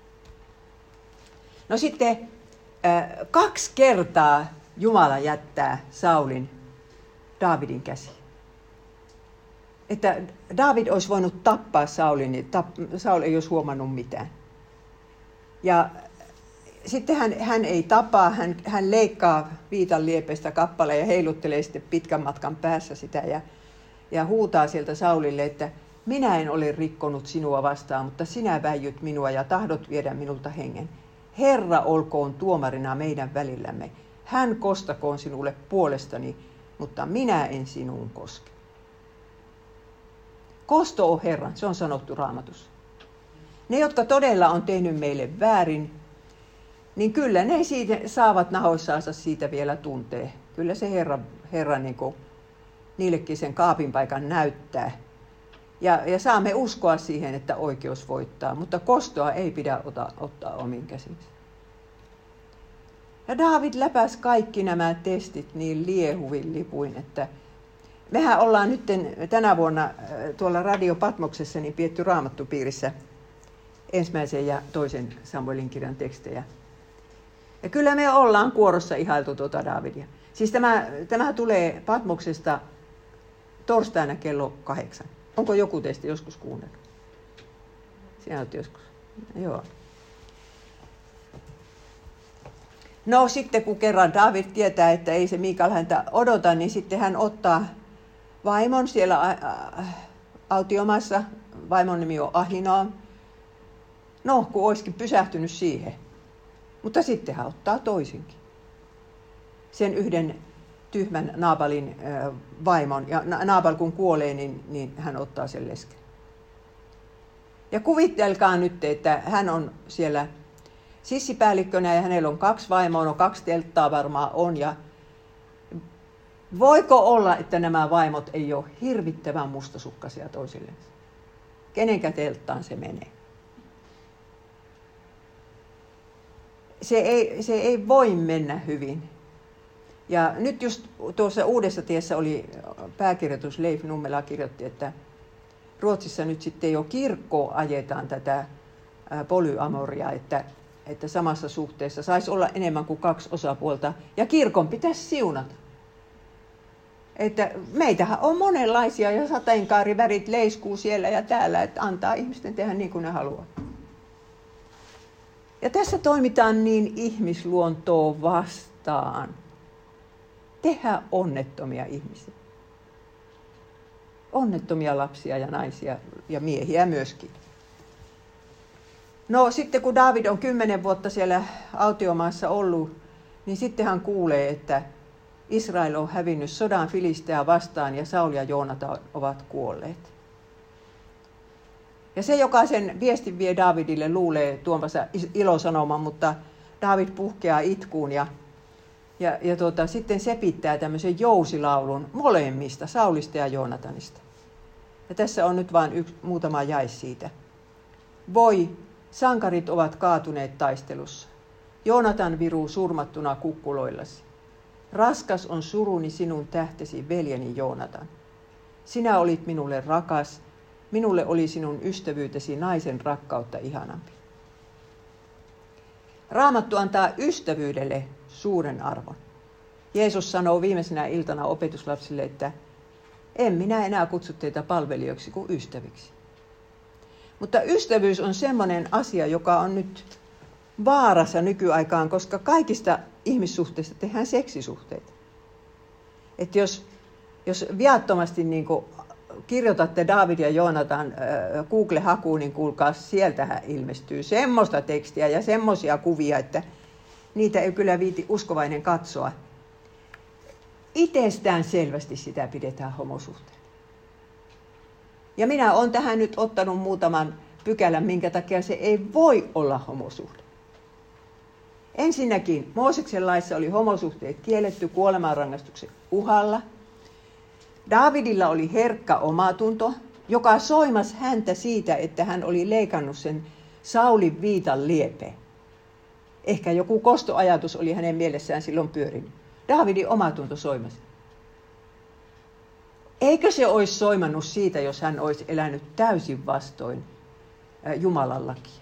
No sitten kaksi kertaa Jumala jättää Saulin Daavidin käsiin. Että Daavid olisi voinut tappaa Saulin, niin Saul ei olisi huomannut mitään. Ja sitten hän, hän ei tapaa, hän, hän leikkaa viitan liepeistä kappaleen ja heiluttelee sitten pitkän matkan päässä sitä ja, ja huutaa sieltä Saulille, että minä en ole rikkonut sinua vastaan, mutta sinä väijyt minua ja tahdot viedä minulta hengen. Herra olkoon tuomarina meidän välillämme. Hän kostakoon sinulle puolestani, mutta minä en sinuun koske. Kosto on Herran, se on sanottu Raamatussa. Ne, jotka todella on tehnyt meille väärin, niin kyllä ne siitä, saavat nahoissaansa siitä vielä tuntee. Kyllä se Herra, Herra niin kuin niillekin sen kaapin paikan näyttää. Ja, ja saamme uskoa siihen, että oikeus voittaa, mutta kostoa ei pidä ota, ottaa omiin käsiksi. Ja Daavid läpäisi kaikki nämä testit niin liehuvin lipuin, että mehän ollaan nyt tänä vuonna tuolla Radio Patmoksessa niin pietty Raamattupiirissä ensimmäisen ja toisen Samuelin kirjan tekstejä. Ja kyllä me ollaan kuorossa ihailtu tuota Daavidia. Siis tämä, tämä tulee Patmoksesta torstaina kello kahdeksan. Onko joku teistä joskus kuunnellut? Sinä olet joskus. Joo. No sitten kun kerran Daavid tietää, että ei se Miikal häntä odota, niin sitten hän ottaa vaimon siellä autiomassa. Vaimon nimi on Ahinoam. No, kun olisikin pysähtynyt siihen. Mutta sitten hän ottaa toisinkin. Sen yhden tyhmän Naabalin vaimon. Ja Naabal kun kuolee, niin, niin hän ottaa sen lesken. Ja kuvitelkaa nyt, että hän on siellä sissipäällikkönä ja hänellä on kaksi vaimoa, no kaksi telttaa varmaan on. Ja voiko olla, että nämä vaimot ei ole hirvittävän mustasukkaisia toisilleen? Kenenkä telttaan se menee? Se ei, se ei voi mennä hyvin. Ja nyt just tuossa Uudessa tiessä oli pääkirjoitus, Leif Nummela kirjoitti, että Ruotsissa nyt sitten jo kirkkoon ajetaan tätä polyamoria, että, että samassa suhteessa saisi olla enemmän kuin kaksi osapuolta ja kirkon pitäisi siunata. Että meitähän on monenlaisia ja sateenkaarivärit leiskuu siellä ja täällä, että antaa ihmisten tehdä niin kuin ne haluaa. Ja tässä toimitaan niin ihmisluontoa vastaan. Tehdään onnettomia ihmisiä. Onnettomia lapsia ja naisia ja miehiä myöskin. No sitten kun Daavid on kymmenen vuotta siellä autiomaassa ollut, niin sitten hän kuulee, että Israel on hävinnyt sodan Filisteä vastaan ja Saul ja Joonatan ovat kuolleet. Ja se, joka sen viestin vie Daavidille, luulee tuomansa ilosanoman, mutta Daavid puhkeaa itkuun ja, ja, ja tuota, sitten sepittää tämmöisen jousilaulun molemmista, Saulista ja Joonatanista. Ja tässä on nyt vain yksi, muutama jae siitä. Voi, sankarit ovat kaatuneet taistelussa. Joonatan viruu surmattuna kukkuloillasi. Raskas on suruni sinun tähtesi, veljeni Joonatan. Sinä olit minulle rakas, minulle oli sinun ystävyytesi naisen rakkautta ihanampi. Raamattu antaa ystävyydelle suuren arvon. Jeesus sanoo viimeisenä iltana opetuslapsille, että en minä enää kutsu teitä palvelijoiksi kuin ystäviksi. Mutta ystävyys on semmoinen asia, joka on nyt vaarassa nykyaikaan, koska kaikista ihmissuhteista tehdään seksisuhteita. Että jos, jos viattomasti niin kuin kirjoitatte Daavid ja Joonatan äh, Google-hakuun, niin kuulkaa, sieltähän ilmestyy semmoista tekstiä ja semmoisia kuvia, että niitä ei kyllä viiti uskovainen katsoa. Itsestään selvästi sitä pidetään homosuhteena. Ja minä olen tähän nyt ottanut muutaman pykälän, minkä takia se ei voi olla homosuhde. Ensinnäkin Mooseksen laissa oli homosuhteet kielletty kuolemanrangaistuksen uhalla. Daavidilla oli herkkä omatunto, joka soimasi häntä siitä, että hän oli leikannut sen Saulin viitan liepeen. Ehkä joku kostoajatus oli hänen mielessään silloin pyörinyt. Daavidin omatunto soimasi. Eikö se olisi soimannut siitä, jos hän olisi elänyt täysin vastoin Jumalan lakia?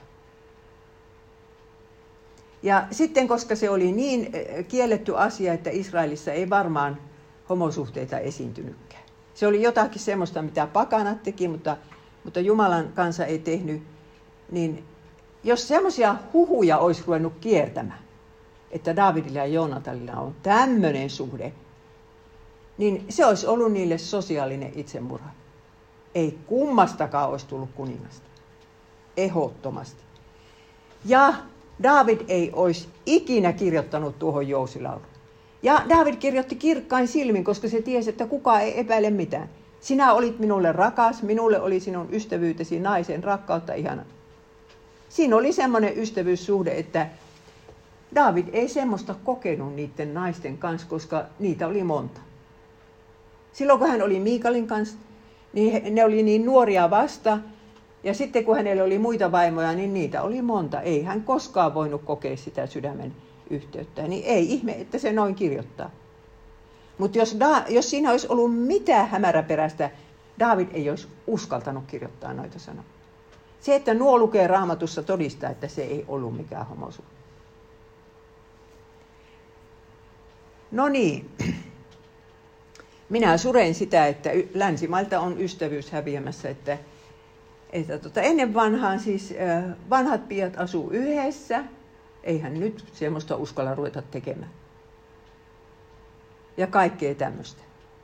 Ja sitten, koska se oli niin kielletty asia, että Israelissa ei varmaan homosuhteita esiintynytkään. Se oli jotakin semmoista, mitä pakanat teki, mutta, mutta Jumalan kansa ei tehnyt. Niin jos semmoisia huhuja olisi ruvennut kiertämään, että Daavidilla ja Joonatanilla on tämmöinen suhde, niin se olisi ollut niille sosiaalinen itsemurha. Ei kummastakaan olisi tullut kuningasta. Ehdottomasti. Ja Daavid ei olisi ikinä kirjoittanut tuohon jousilauluun. Ja Daavid kirjoitti kirkkain silmin, koska se tiesi, että kukaan ei epäile mitään. Sinä olit minulle rakas, minulle oli sinun ystävyytesi naisen rakkautta ihana. Siinä oli semmoinen ystävyyssuhde, että Daavid ei semmoista kokenut niiden naisten kanssa, koska niitä oli monta. Silloin kun hän oli Miikalin kanssa, niin ne oli niin nuoria vasta. Ja sitten kun hänellä oli muita vaimoja, niin niitä oli monta. Ei hän koskaan voinut kokea sitä sydämen yhteyttä. Niin ei ihme, että se noin kirjoittaa. Mutta jos, jos siinä olisi ollut mitään hämäräperäistä, Daavid ei olisi uskaltanut kirjoittaa noita sanoja. Se, että nuo lukee Raamatussa, todistaa, että se ei ollut mikään homosuhde. No niin. Minä suren sitä, että länsimailta on ystävyys häviämässä, että, että tota, ennen vanhaan siis vanhat piiat asuu yhdessä, eihän nyt semmoista uskalla ruveta tekemään. Ja kaikkea tämmöistä.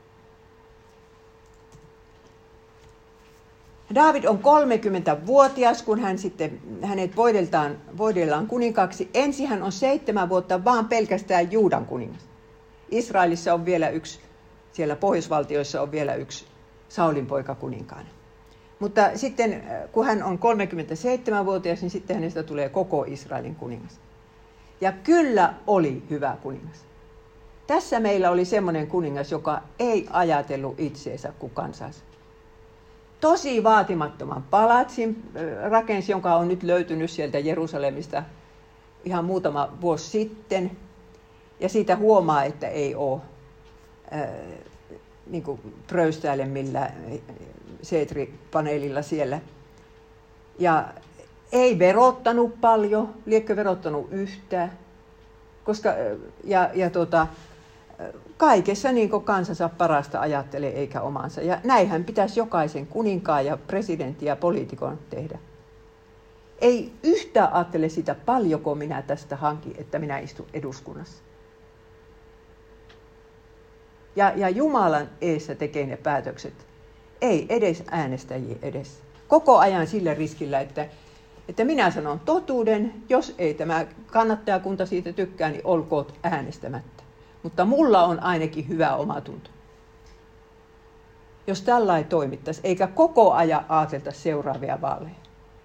Daavid on kolmekymmentävuotias, kun hän sitten, hänet voideltaan, voidellaan kuninkaaksi. Ensin hän on seitsemän vuotta vaan pelkästään Juudan kuningas. Israelissa on vielä yksi, siellä pohjoisvaltioissa on vielä yksi Saulin poika kuninkaana. Mutta sitten kun hän on kolmekymmentäseitsemänvuotias, niin sitten hänestä tulee koko Israelin kuningas. Ja kyllä oli hyvä kuningas. Tässä meillä oli semmoinen kuningas, joka ei ajatellut itseensä kuin kansansa. Tosi vaatimattoman palatsin rakensi, jonka on nyt löytynyt sieltä Jerusalemista ihan muutama vuosi sitten. Ja siitä huomaa, että ei ole äh, niin kuin pröystäile millään seetripaneelilla siellä. Ja ei verottanut paljon, liekö verottanut yhtään. Koska, ja, ja tota, kaikessa niin kuin kansansa parasta ajattelee eikä omansa. Ja näinhän pitäisi jokaisen kuninkaan ja presidentin ja poliitikon tehdä. Ei yhtään ajattele sitä, paljonko minä tästä hankin, että minä istun eduskunnassa. Ja, ja Jumalan eessä tekee ne päätökset. Ei edes äänestäjien edessä. Koko ajan sillä riskillä, että, että minä sanon totuuden. Jos ei tämä kannattajakunta siitä tykkää, niin olkoot äänestämättä. Mutta mulla on ainakin hyvä omatunto. Jos tällainen toimittaisi, eikä koko ajan ajatelta seuraavia vaaleja.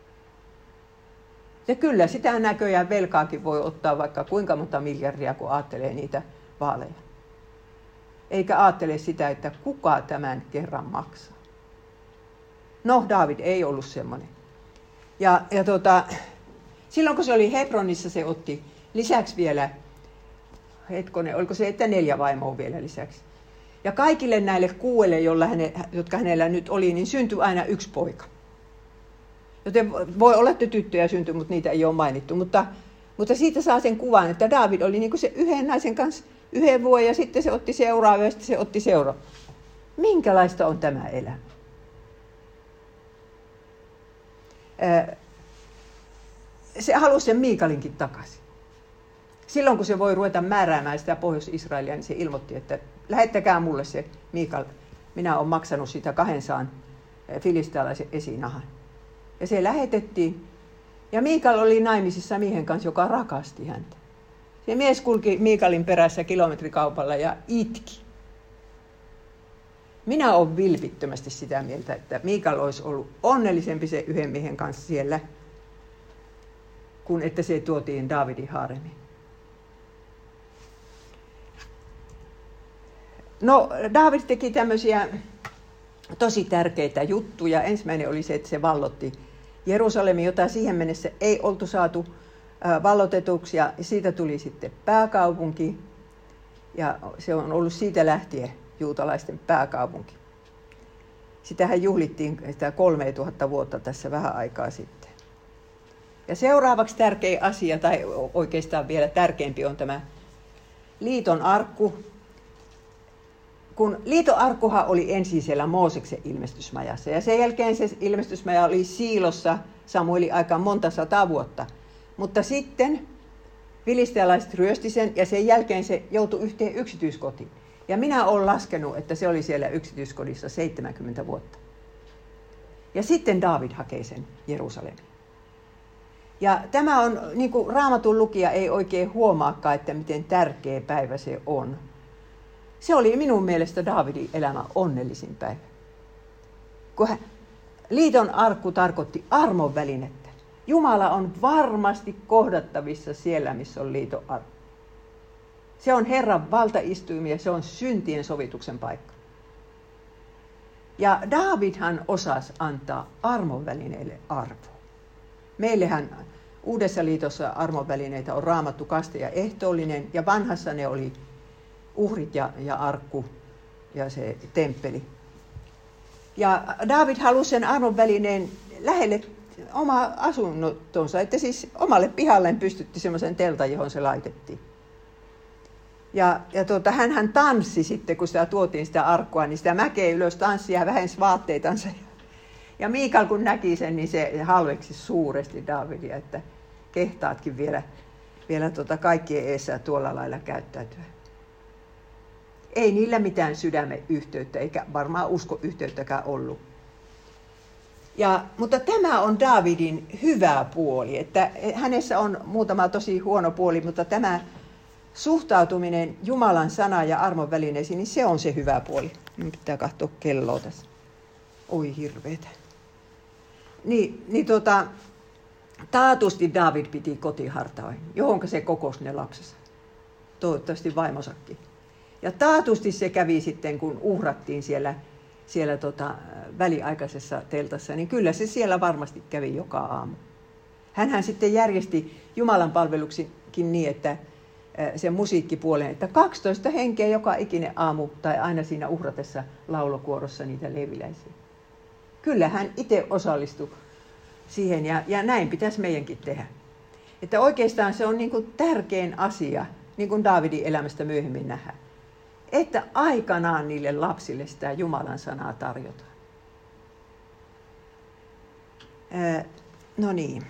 Ja kyllä sitä näköjään velkaakin voi ottaa vaikka kuinka monta miljardia, kun ajattelee niitä vaaleja. Eikä ajattele sitä, että kuka tämän kerran maksaa. No, Daavid ei ollut semmoinen. Ja, ja tota, silloin kun se oli Hebronissa, se otti lisäksi vielä, hetkonen, oliko se, että neljä vaimoa vielä lisäksi. Ja kaikille näille kuuelle, jolla häne, jotka hänellä nyt oli, niin syntyi aina yksi poika. Joten voi olla, että tyttöjä syntyi, mutta niitä ei ole mainittu. Mutta, mutta siitä saa sen kuvan, että Daavid oli niin kuin se yhden naisen kanssa yhden vuoden ja sitten se otti seuraava ja sitten se otti seuraava. Minkälaista on tämä elämä? Se halusi sen Miikalinkin takaisin. Silloin kun se voi ruveta määräämään sitä Pohjois-Israelia, niin se ilmoitti, että lähettäkää mulle se Miikal. Minä olen maksanut sitä kahdensaan filistealaisen esinahan. Ja se lähetettiin. Ja Miikal oli naimisissa miehen kanssa, joka rakasti häntä. Se mies kulki Miikalin perässä kilometrikaupalla ja itki. Minä olen vilpittömästi sitä mieltä, että Miikal olisi ollut onnellisempi se yhden miehen kanssa siellä, kun että se tuotiin Daavidin haaremiin. No, Daavid teki tämmöisiä tosi tärkeitä juttuja. Ensimmäinen oli se, että se vallotti Jerusalemin, jota siihen mennessä ei oltu saatu vallotetuksi. Ja siitä tuli sitten pääkaupunki. Ja se on ollut siitä lähtien juutalaisten pääkaupunki. Sitähän juhlittiin sitä kolmetuhatta vuotta tässä vähän aikaa sitten. Ja seuraavaksi tärkeä asia, tai oikeastaan vielä tärkeämpi, on tämä liiton arkku. Kun liiton arkkuhan oli ensin siellä Mooseksen ilmestysmajassa ja sen jälkeen se ilmestysmaja oli Siilossa Samuelin aikaan monta sataa vuotta. Mutta sitten filistealaiset ryösti sen ja sen jälkeen se joutui yhteen yksityiskotiin. Ja minä olen laskenut, että se oli siellä yksityiskodissa seitsemänkymmentä vuotta. Ja sitten Daavid hakee sen Jerusalemin. Ja tämä on, niin kuin Raamatun lukija ei oikein huomaakaan, että miten tärkeä päivä se on. Se oli minun mielestä Daavidin elämän onnellisin päivä. Kun hän, liiton arkku tarkoitti armon välinettä. Jumala on varmasti kohdattavissa siellä, missä on liiton arku. Se on Herran valtaistuimia, se on syntien sovituksen paikka. Ja Daavidhan osasi antaa armonvälineille arvoa. Meillähän Uudessa liitossa armonvälineitä on Raamattu, kaste ja ehtoollinen, ja vanhassa ne oli uhrit ja, ja arkku ja se temppeli. Ja Daavid halusi sen armonvälineen lähelle omaa asunnottonsa, että siis omalle pihalleen pystytti semmoisen teltan, johon se laitettiin. Ja, ja tuota, hänhän tanssi sitten, kun sitä tuotiin sitä arkkua, niin sitä mäkeä ylös tanssi ja vähensi vaatteitansa. Ja Miikal kun näki sen, niin se halveksi suuresti Daavidia, että kehtaatkin vielä, vielä tuota kaikkien eessä tuolla lailla käyttäytyä. Ei niillä mitään sydämen yhteyttä, eikä varmaan uskoyhteyttäkään ollut. Ja, mutta tämä on Daavidin hyvä puoli, että hänessä on muutama tosi huono puoli, mutta tämä suhtautuminen Jumalan sanaan ja armon välineisiin, niin se on se hyvä puoli. Minun pitää katsoa kelloa tässä. Oi hirveetä. Niin, niin tuota, taatusti Daavid piti kotihartaoin, johonka se kokosi ne lapsensa. Toivottavasti vaimosakin. Ja taatusti se kävi sitten, kun uhrattiin siellä, siellä tota, väliaikaisessa teltassa, niin kyllä se siellä varmasti kävi joka aamu. Hänhän sitten järjesti Jumalan palveluksikin niin, että sen musiikkipuolen, että kaksitoista henkeä joka ikinen aamu tai aina siinä uhratessa laulokuorossa niitä leviläisiä. Kyllä hän itse osallistui siihen ja, ja näin pitäisi meidänkin tehdä. Että oikeastaan se on niin kuin tärkein asia, niin kuin Daavidin elämästä myöhemmin nähdään, että aikanaan niille lapsille sitä Jumalan sanaa tarjotaan. Ää, no niin.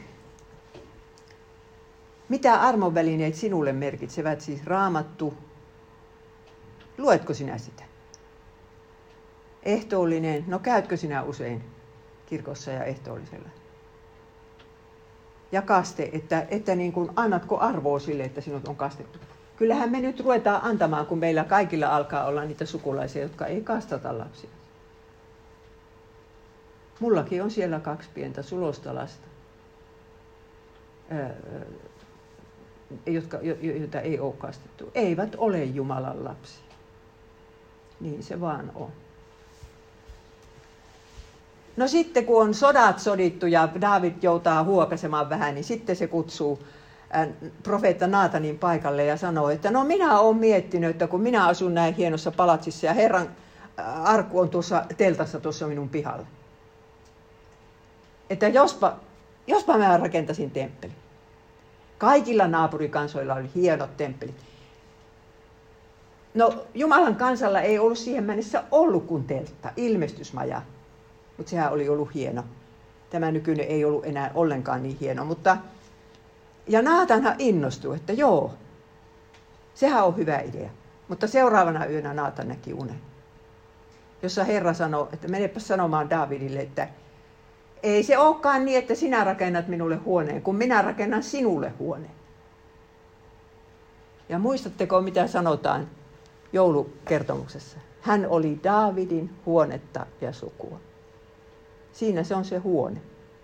Mitä armonvälineet sinulle merkitsevät? Siis Raamattu. Luetko sinä sitä? Ehtoollinen. No käytkö sinä usein kirkossa ja ehtoollisella? Ja kaste, että, että niin kuin annatko arvoa sille, että sinut on kastettu. Kyllähän me nyt ruvetaan antamaan, kun meillä kaikilla alkaa olla niitä sukulaisia, jotka ei kastata lapsia. Mullakin on siellä kaksi pientä sulosta lasta, jotka, joita ei ole kastettu. Eivät ole Jumalan lapsia. Niin se vaan on. No sitten kun on sodat sodittu ja Daavid joutaa huokasemaan vähän, niin sitten se kutsuu profeetta Naatanin paikalle ja sanoo, että no minä olen miettinyt, että kun minä asun näin hienossa palatsissa ja Herran arkku on tuossa teltassa tuossa minun pihalla. Että jospa, jospa mä rakentaisin temppelin. Kaikilla naapurikansoilla oli hienot temppelit. No Jumalan kansalla ei ollut siihen mennessä ollut kuin teltta, ilmestysmaja. Mutta sehän oli ollut hieno. Tämä nykyinen ei ollut enää ollenkaan niin hieno. Mutta, ja Naatanhan innostui, että joo, sehän on hyvä idea. Mutta seuraavana yönä Naatan näki unen, jossa Herra sanoi, että menepä sanomaan Daavidille, että ei se olekaan niin, että sinä rakennat minulle huoneen, kun minä rakennan sinulle huoneen. Ja muistatteko, mitä sanotaan joulukertomuksessa? Hän oli Daavidin huonetta ja sukua. Siinä se on se huone.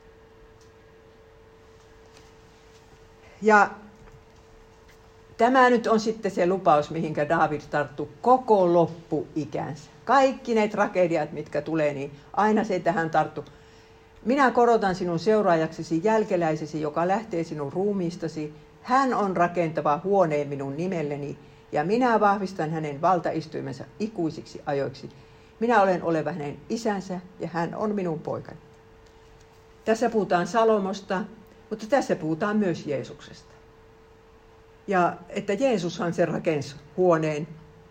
Ja tämä nyt on sitten se lupaus, mihinkä Daavid tarttui koko loppuikänsä. Kaikki ne tragediat, mitkä tulee, niin aina se tähän tarttui. Minä korotan sinun seuraajaksesi jälkeläisesi, joka lähtee sinun ruumiistasi. Hän on rakentava huoneen minun nimelleni, ja minä vahvistan hänen valtaistuimensa ikuisiksi ajoiksi. Minä olen oleva hänen isänsä, ja hän on minun poikani. Tässä puhutaan Salomosta, mutta tässä puhutaan myös Jeesuksesta. Ja että Jeesushan se rakensi huoneen,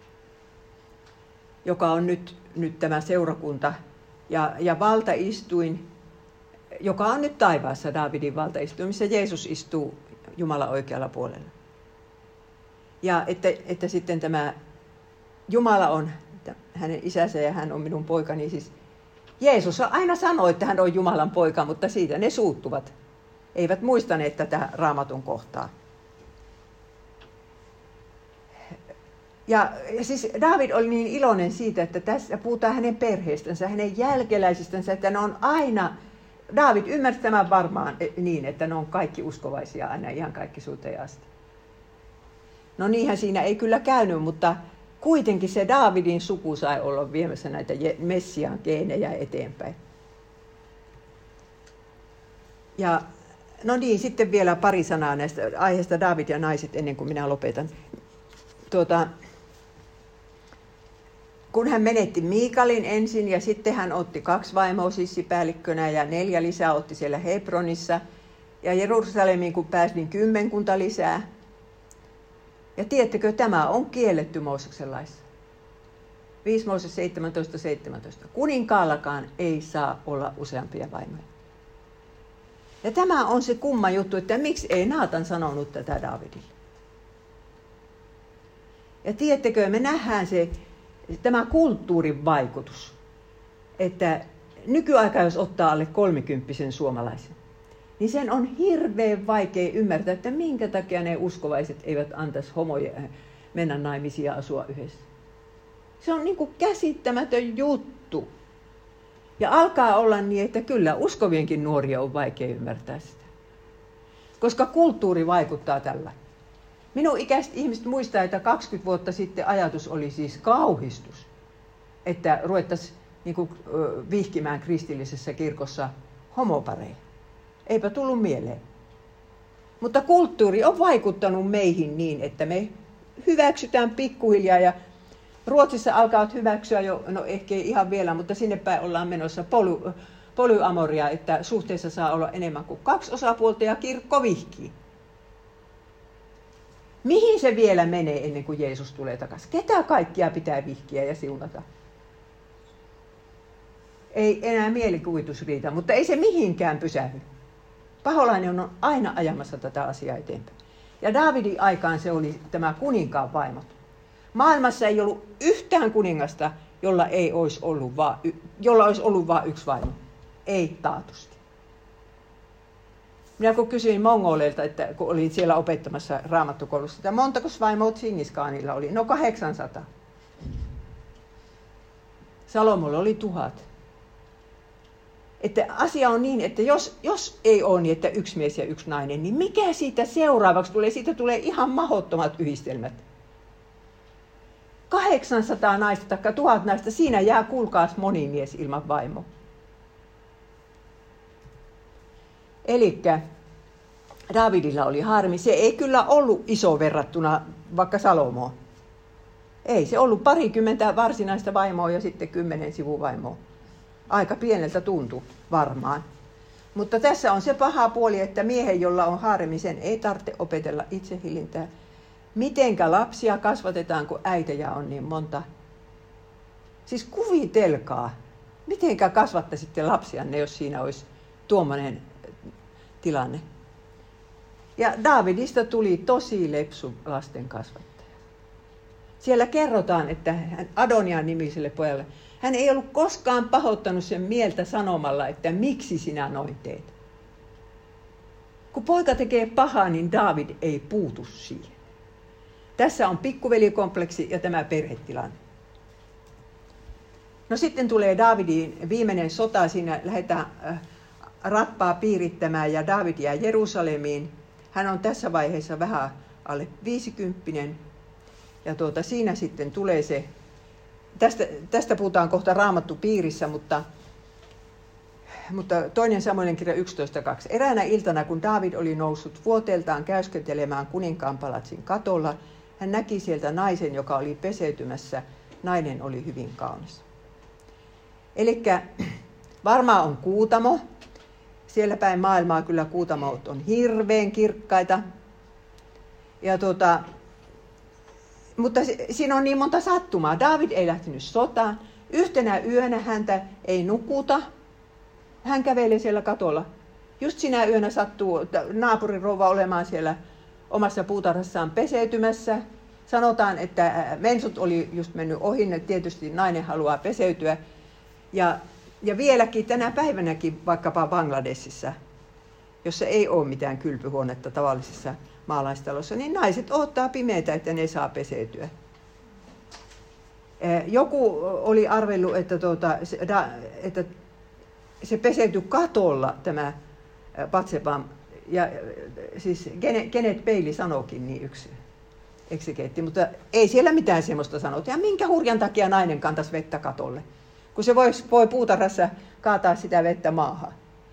joka on nyt, nyt tämä seurakunta, ja, ja valtaistuin, joka on nyt taivaassa, Daavidin valtaistuin, missä Jeesus istuu Jumalan oikealla puolella. Ja että, että sitten tämä Jumala on hänen isänsä ja hän on minun poikani. Siis Jeesus aina sanoi, että hän on Jumalan poika, mutta siitä ne suuttuvat. Eivät muistaneet tätä Raamatun kohtaa. Ja siis Daavid oli niin iloinen siitä, että tässä puhutaan hänen perheestänsä, hänen jälkeläisistänsä, että ne on aina Daavid ymmärsi tämän varmaan niin, että ne on kaikki uskovaisia aina ihan kaikki suuteen asti. No niinhän siinä ei kyllä käynyt, mutta kuitenkin se Daavidin suku sai olla viemässä näitä Messiaan geenejä eteenpäin. Ja no niin, sitten vielä pari sanaa näistä aiheesta Daavid ja naiset ennen kuin minä lopetan. Tuota, kun hän menetti Miikalin ensin ja sitten hän otti kaksi vaimoa sissipäällikkönä ja neljä lisää otti siellä Hebronissa. Ja Jerusalemiin kun pääsi niin kymmenkunta lisää. Ja tiedättekö, tämä on kielletty Mooseksen laissa. viisi Mooses seitsemäntoista seitsemäntoista. Kuninkaallakaan ei saa olla useampia vaimoja. Ja tämä on se kumma juttu, että miksi ei Naatan sanonut tätä Daavidille. Ja tiedättekö, me nähdään se, tämä kulttuurin vaikutus, että nykyaika jos ottaa alle kolmekymppisen suomalaisen, niin sen on hirveän vaikea ymmärtää, että minkä takia ne uskovaiset eivät antaisi homoja mennä naimisiin ja asua yhdessä. Se on niin kuin käsittämätön juttu. Ja alkaa olla niin, että kyllä uskovienkin nuoria on vaikea ymmärtää sitä. Koska kulttuuri vaikuttaa tällä. Minun ikäiset ihmiset muistaa, että kaksikymmentä vuotta sitten ajatus oli siis kauhistus, että ruvettaisiin niin kuin vihkimään kristillisessä kirkossa homopareja. Eipä tullut mieleen. Mutta kulttuuri on vaikuttanut meihin niin, että me hyväksytään pikkuhiljaa ja Ruotsissa alkaa hyväksyä jo, no ehkä ihan vielä, mutta sinne päin ollaan menossa poly, polyamoria, että suhteessa saa olla enemmän kuin kaksi osapuolta ja kirkko vihkii. Mihin se vielä menee ennen kuin Jeesus tulee takaisin? Ketä kaikkia pitää vihkiä ja siunata? Ei enää mielikuvitus riitä, mutta ei se mihinkään pysähdy. Paholainen on aina ajamassa tätä asiaa eteenpäin. Ja Daavidin aikaan se oli tämä kuninkaan vaimot. Maailmassa ei ollut yhtään kuningasta, jolla, ei olisi, ollut vaan, jolla olisi ollut vain yksi vaimo. Ei taatusti. Minä kun kysyin mongoleilta, että kun olin siellä opettamassa raamattukoulussa, että montako vaimoa Tsingiskaanilla oli? No kahdeksansataa. Salomolla oli tuhat. Että asia on niin, että jos, jos ei ole niin, että yksi mies ja yksi nainen, niin mikä siitä seuraavaksi tulee? Siitä tulee ihan mahdottomat yhdistelmät. kahdeksansataa naista tai tuhat naista, siinä jää kuulkaas moni mies ilman vaimoa. Elikkä Daavidilla oli harmi. Se ei kyllä ollut iso verrattuna vaikka Salomoon. Ei, se ollut parikymmentä varsinaista vaimoa ja sitten kymmenen sivuvaimoa. Aika pieneltä tuntui varmaan. Mutta tässä on se paha puoli, että miehen, jolla on harmi, sen ei tarvitse opetella itsehillintää. Mitenkä lapsia kasvatetaan, kun äitejä on niin monta? Siis kuvitelkaa, mitenkä kasvattaisitte lapsianne, jos siinä olisi tuommoinen tilanne. Ja Daavidista tuli tosi lepsu lasten kasvattaja. Siellä kerrotaan, että Adonian nimiselle pojalle, hän ei ollut koskaan pahoittanut sen mieltä sanomalla, että miksi sinä noin teet. Kun poika tekee pahaa, niin Daavid ei puutu siihen. Tässä on pikkuvelikompleksi ja tämä perhetilanne. No sitten tulee Daavidin viimeinen sota, siinä lähdetään rappaa piirittämään ja Daavid jää Jerusalemiin. Hän on tässä vaiheessa vähän alle viisikymppinen ja tuota, siinä sitten tulee se, tästä, tästä puhutaan kohta Raamattu piirissä, mutta, mutta toinen Samuelin kirja yksitoista kaksi. Eräänä iltana, kun Daavid oli noussut vuoteeltaan käyskentelemään kuninkaan palatsin katolla, hän näki sieltä naisen, joka oli peseytymässä. Nainen oli hyvin kaunis. Elikkä varmaan on kuutamo. Siellä päin maailmaa kyllä kuutamot on hirveän kirkkaita. Ja tuota, mutta siinä on niin monta sattumaa. Daavid ei lähtenyt sotaan. Yhtenä yönä häntä ei nukuta. Hän kävelee siellä katolla. Just sinä yönä sattuu naapurin rouva olemaan siellä omassa puutarhassaan peseytymässä. Sanotaan, että mensut oli just mennyt ohi, tietysti nainen haluaa peseytyä. Ja, ja vieläkin tänä päivänäkin vaikkapa Bangladesissa, jossa ei ole mitään kylpyhuonetta tavallisessa maalaistalossa, niin naiset odottaa pimeätä, että ne saa peseytyä. Joku oli arvellut, että, tuota, että, se peseytyi katolla tämä Batseban, ja siis kenet peili sanokin, niin yksi eksikeetti, mutta ei siellä mitään semmoista sanota. Ja minkä hurjan takia nainen kantaisi vettä katolle, kun se voi, voi puutarhassa kaataa sitä vettä maahan.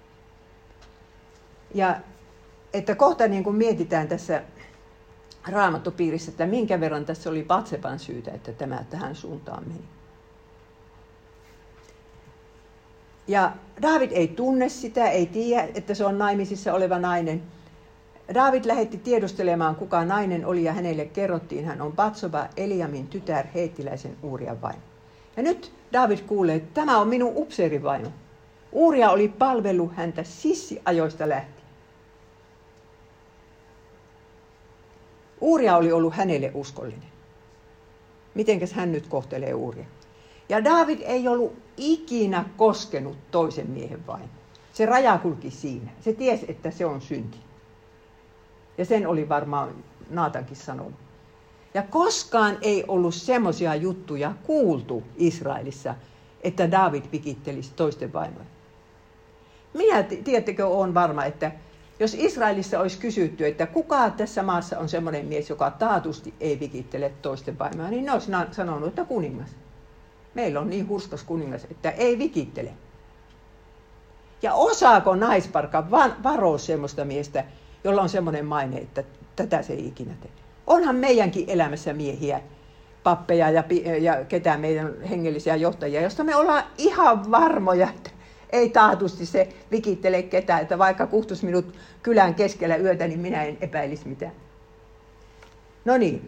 Ja että kohta niin kun mietitään tässä raamattupiirissä, että minkä verran tässä oli Batseban syytä, että tämä tähän suuntaan meni. Ja Daavid ei tunne sitä, ei tiedä, että se on naimisissa oleva nainen. Daavid lähetti tiedustelemaan, kuka nainen oli, ja hänelle kerrottiin, hän on Batseba, Eliamin tytär, heittiläisen Uurian vaimo. Ja nyt Daavid kuulee, että tämä on minun upseerin vaimo. Uuria oli palvellut häntä sissiajoista lähtien. Uuria oli ollut hänelle uskollinen. Mitenkäs hän nyt kohtelee Uuria? Ja Daavid ei ollut ikinä koskenut toisen miehen vaimoa. Se raja kulki siinä. Se tiesi, että se on synti. Ja sen oli varmaan Naatankin sanonut. Ja koskaan ei ollut semmoisia juttuja kuultu Israelissa, että Daavid pikittelisi toisten vaimoja. Minä, tiedättekö, olen varma, että jos Israelissa olisi kysytty, että kuka tässä maassa on semmoinen mies, joka taatusti ei vikittele toisten vaimoja, niin ne olisi sanonut, että kuningas. Meillä on niin hurskas kuningas, että ei vikittele. Ja osaako naisparka varoa semmoista miestä, jolla on semmoinen maine, että tätä se ei ikinä tee. Onhan meidänkin elämässä miehiä, pappeja ja, ja ketään meidän hengellisiä johtajia, josta me ollaan ihan varmoja, että ei taatusti se vikittele ketään, että vaikka kuhtus minut kylän keskellä yötä, niin minä en epäilisi mitään. No niin.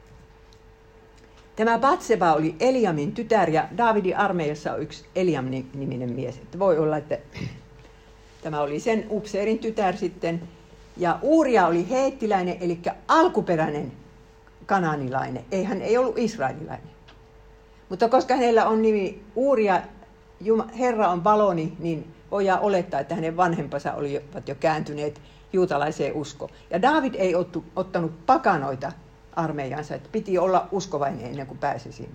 Tämä Batseba oli Eliamin tytär, ja Daavidin armeijassa on yksi Eliam-niminen mies. Että voi olla, että tämä oli sen upseerin tytär sitten. Ja Uuria oli heettiläinen, eli alkuperäinen kanaanilainen. Ei, hän ei ollut israelilainen. Mutta koska hänellä on nimi Uuria, Herra on valoni, niin voidaan olettaa, että hänen vanhempansa olivat jo kääntyneet juutalaiseen uskoon. Ja Daavid ei ottu, ottanut pakanoita armeijansa, että piti olla uskovainen ennen kuin pääsi sinne.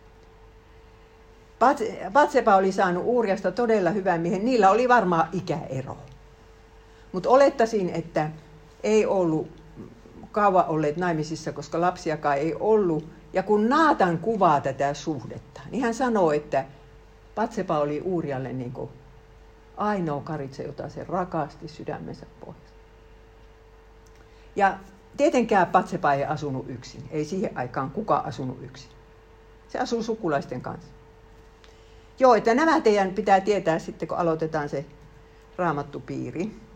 Batseba oli saanut Uuriasta todella hyvän miehen. Niillä oli varmaan ikäero. Mutta olettaisin, että ei ollut kauan olleet naimisissa, koska lapsiakaan ei ollut. Ja kun Naatan kuvaa tätä suhdetta, niin hän sanoo, että Batseba oli Uurialle niin kuin ainoa karitsa, jota se rakasti sydämensä pohjassa. Ja tietenkään Batseba ei asunut yksin. Ei siihen aikaan kukaan asunut yksin. Se asuu sukulaisten kanssa. Joo, että nämä teidän pitää tietää sitten, kun aloitetaan se raamattupiiri.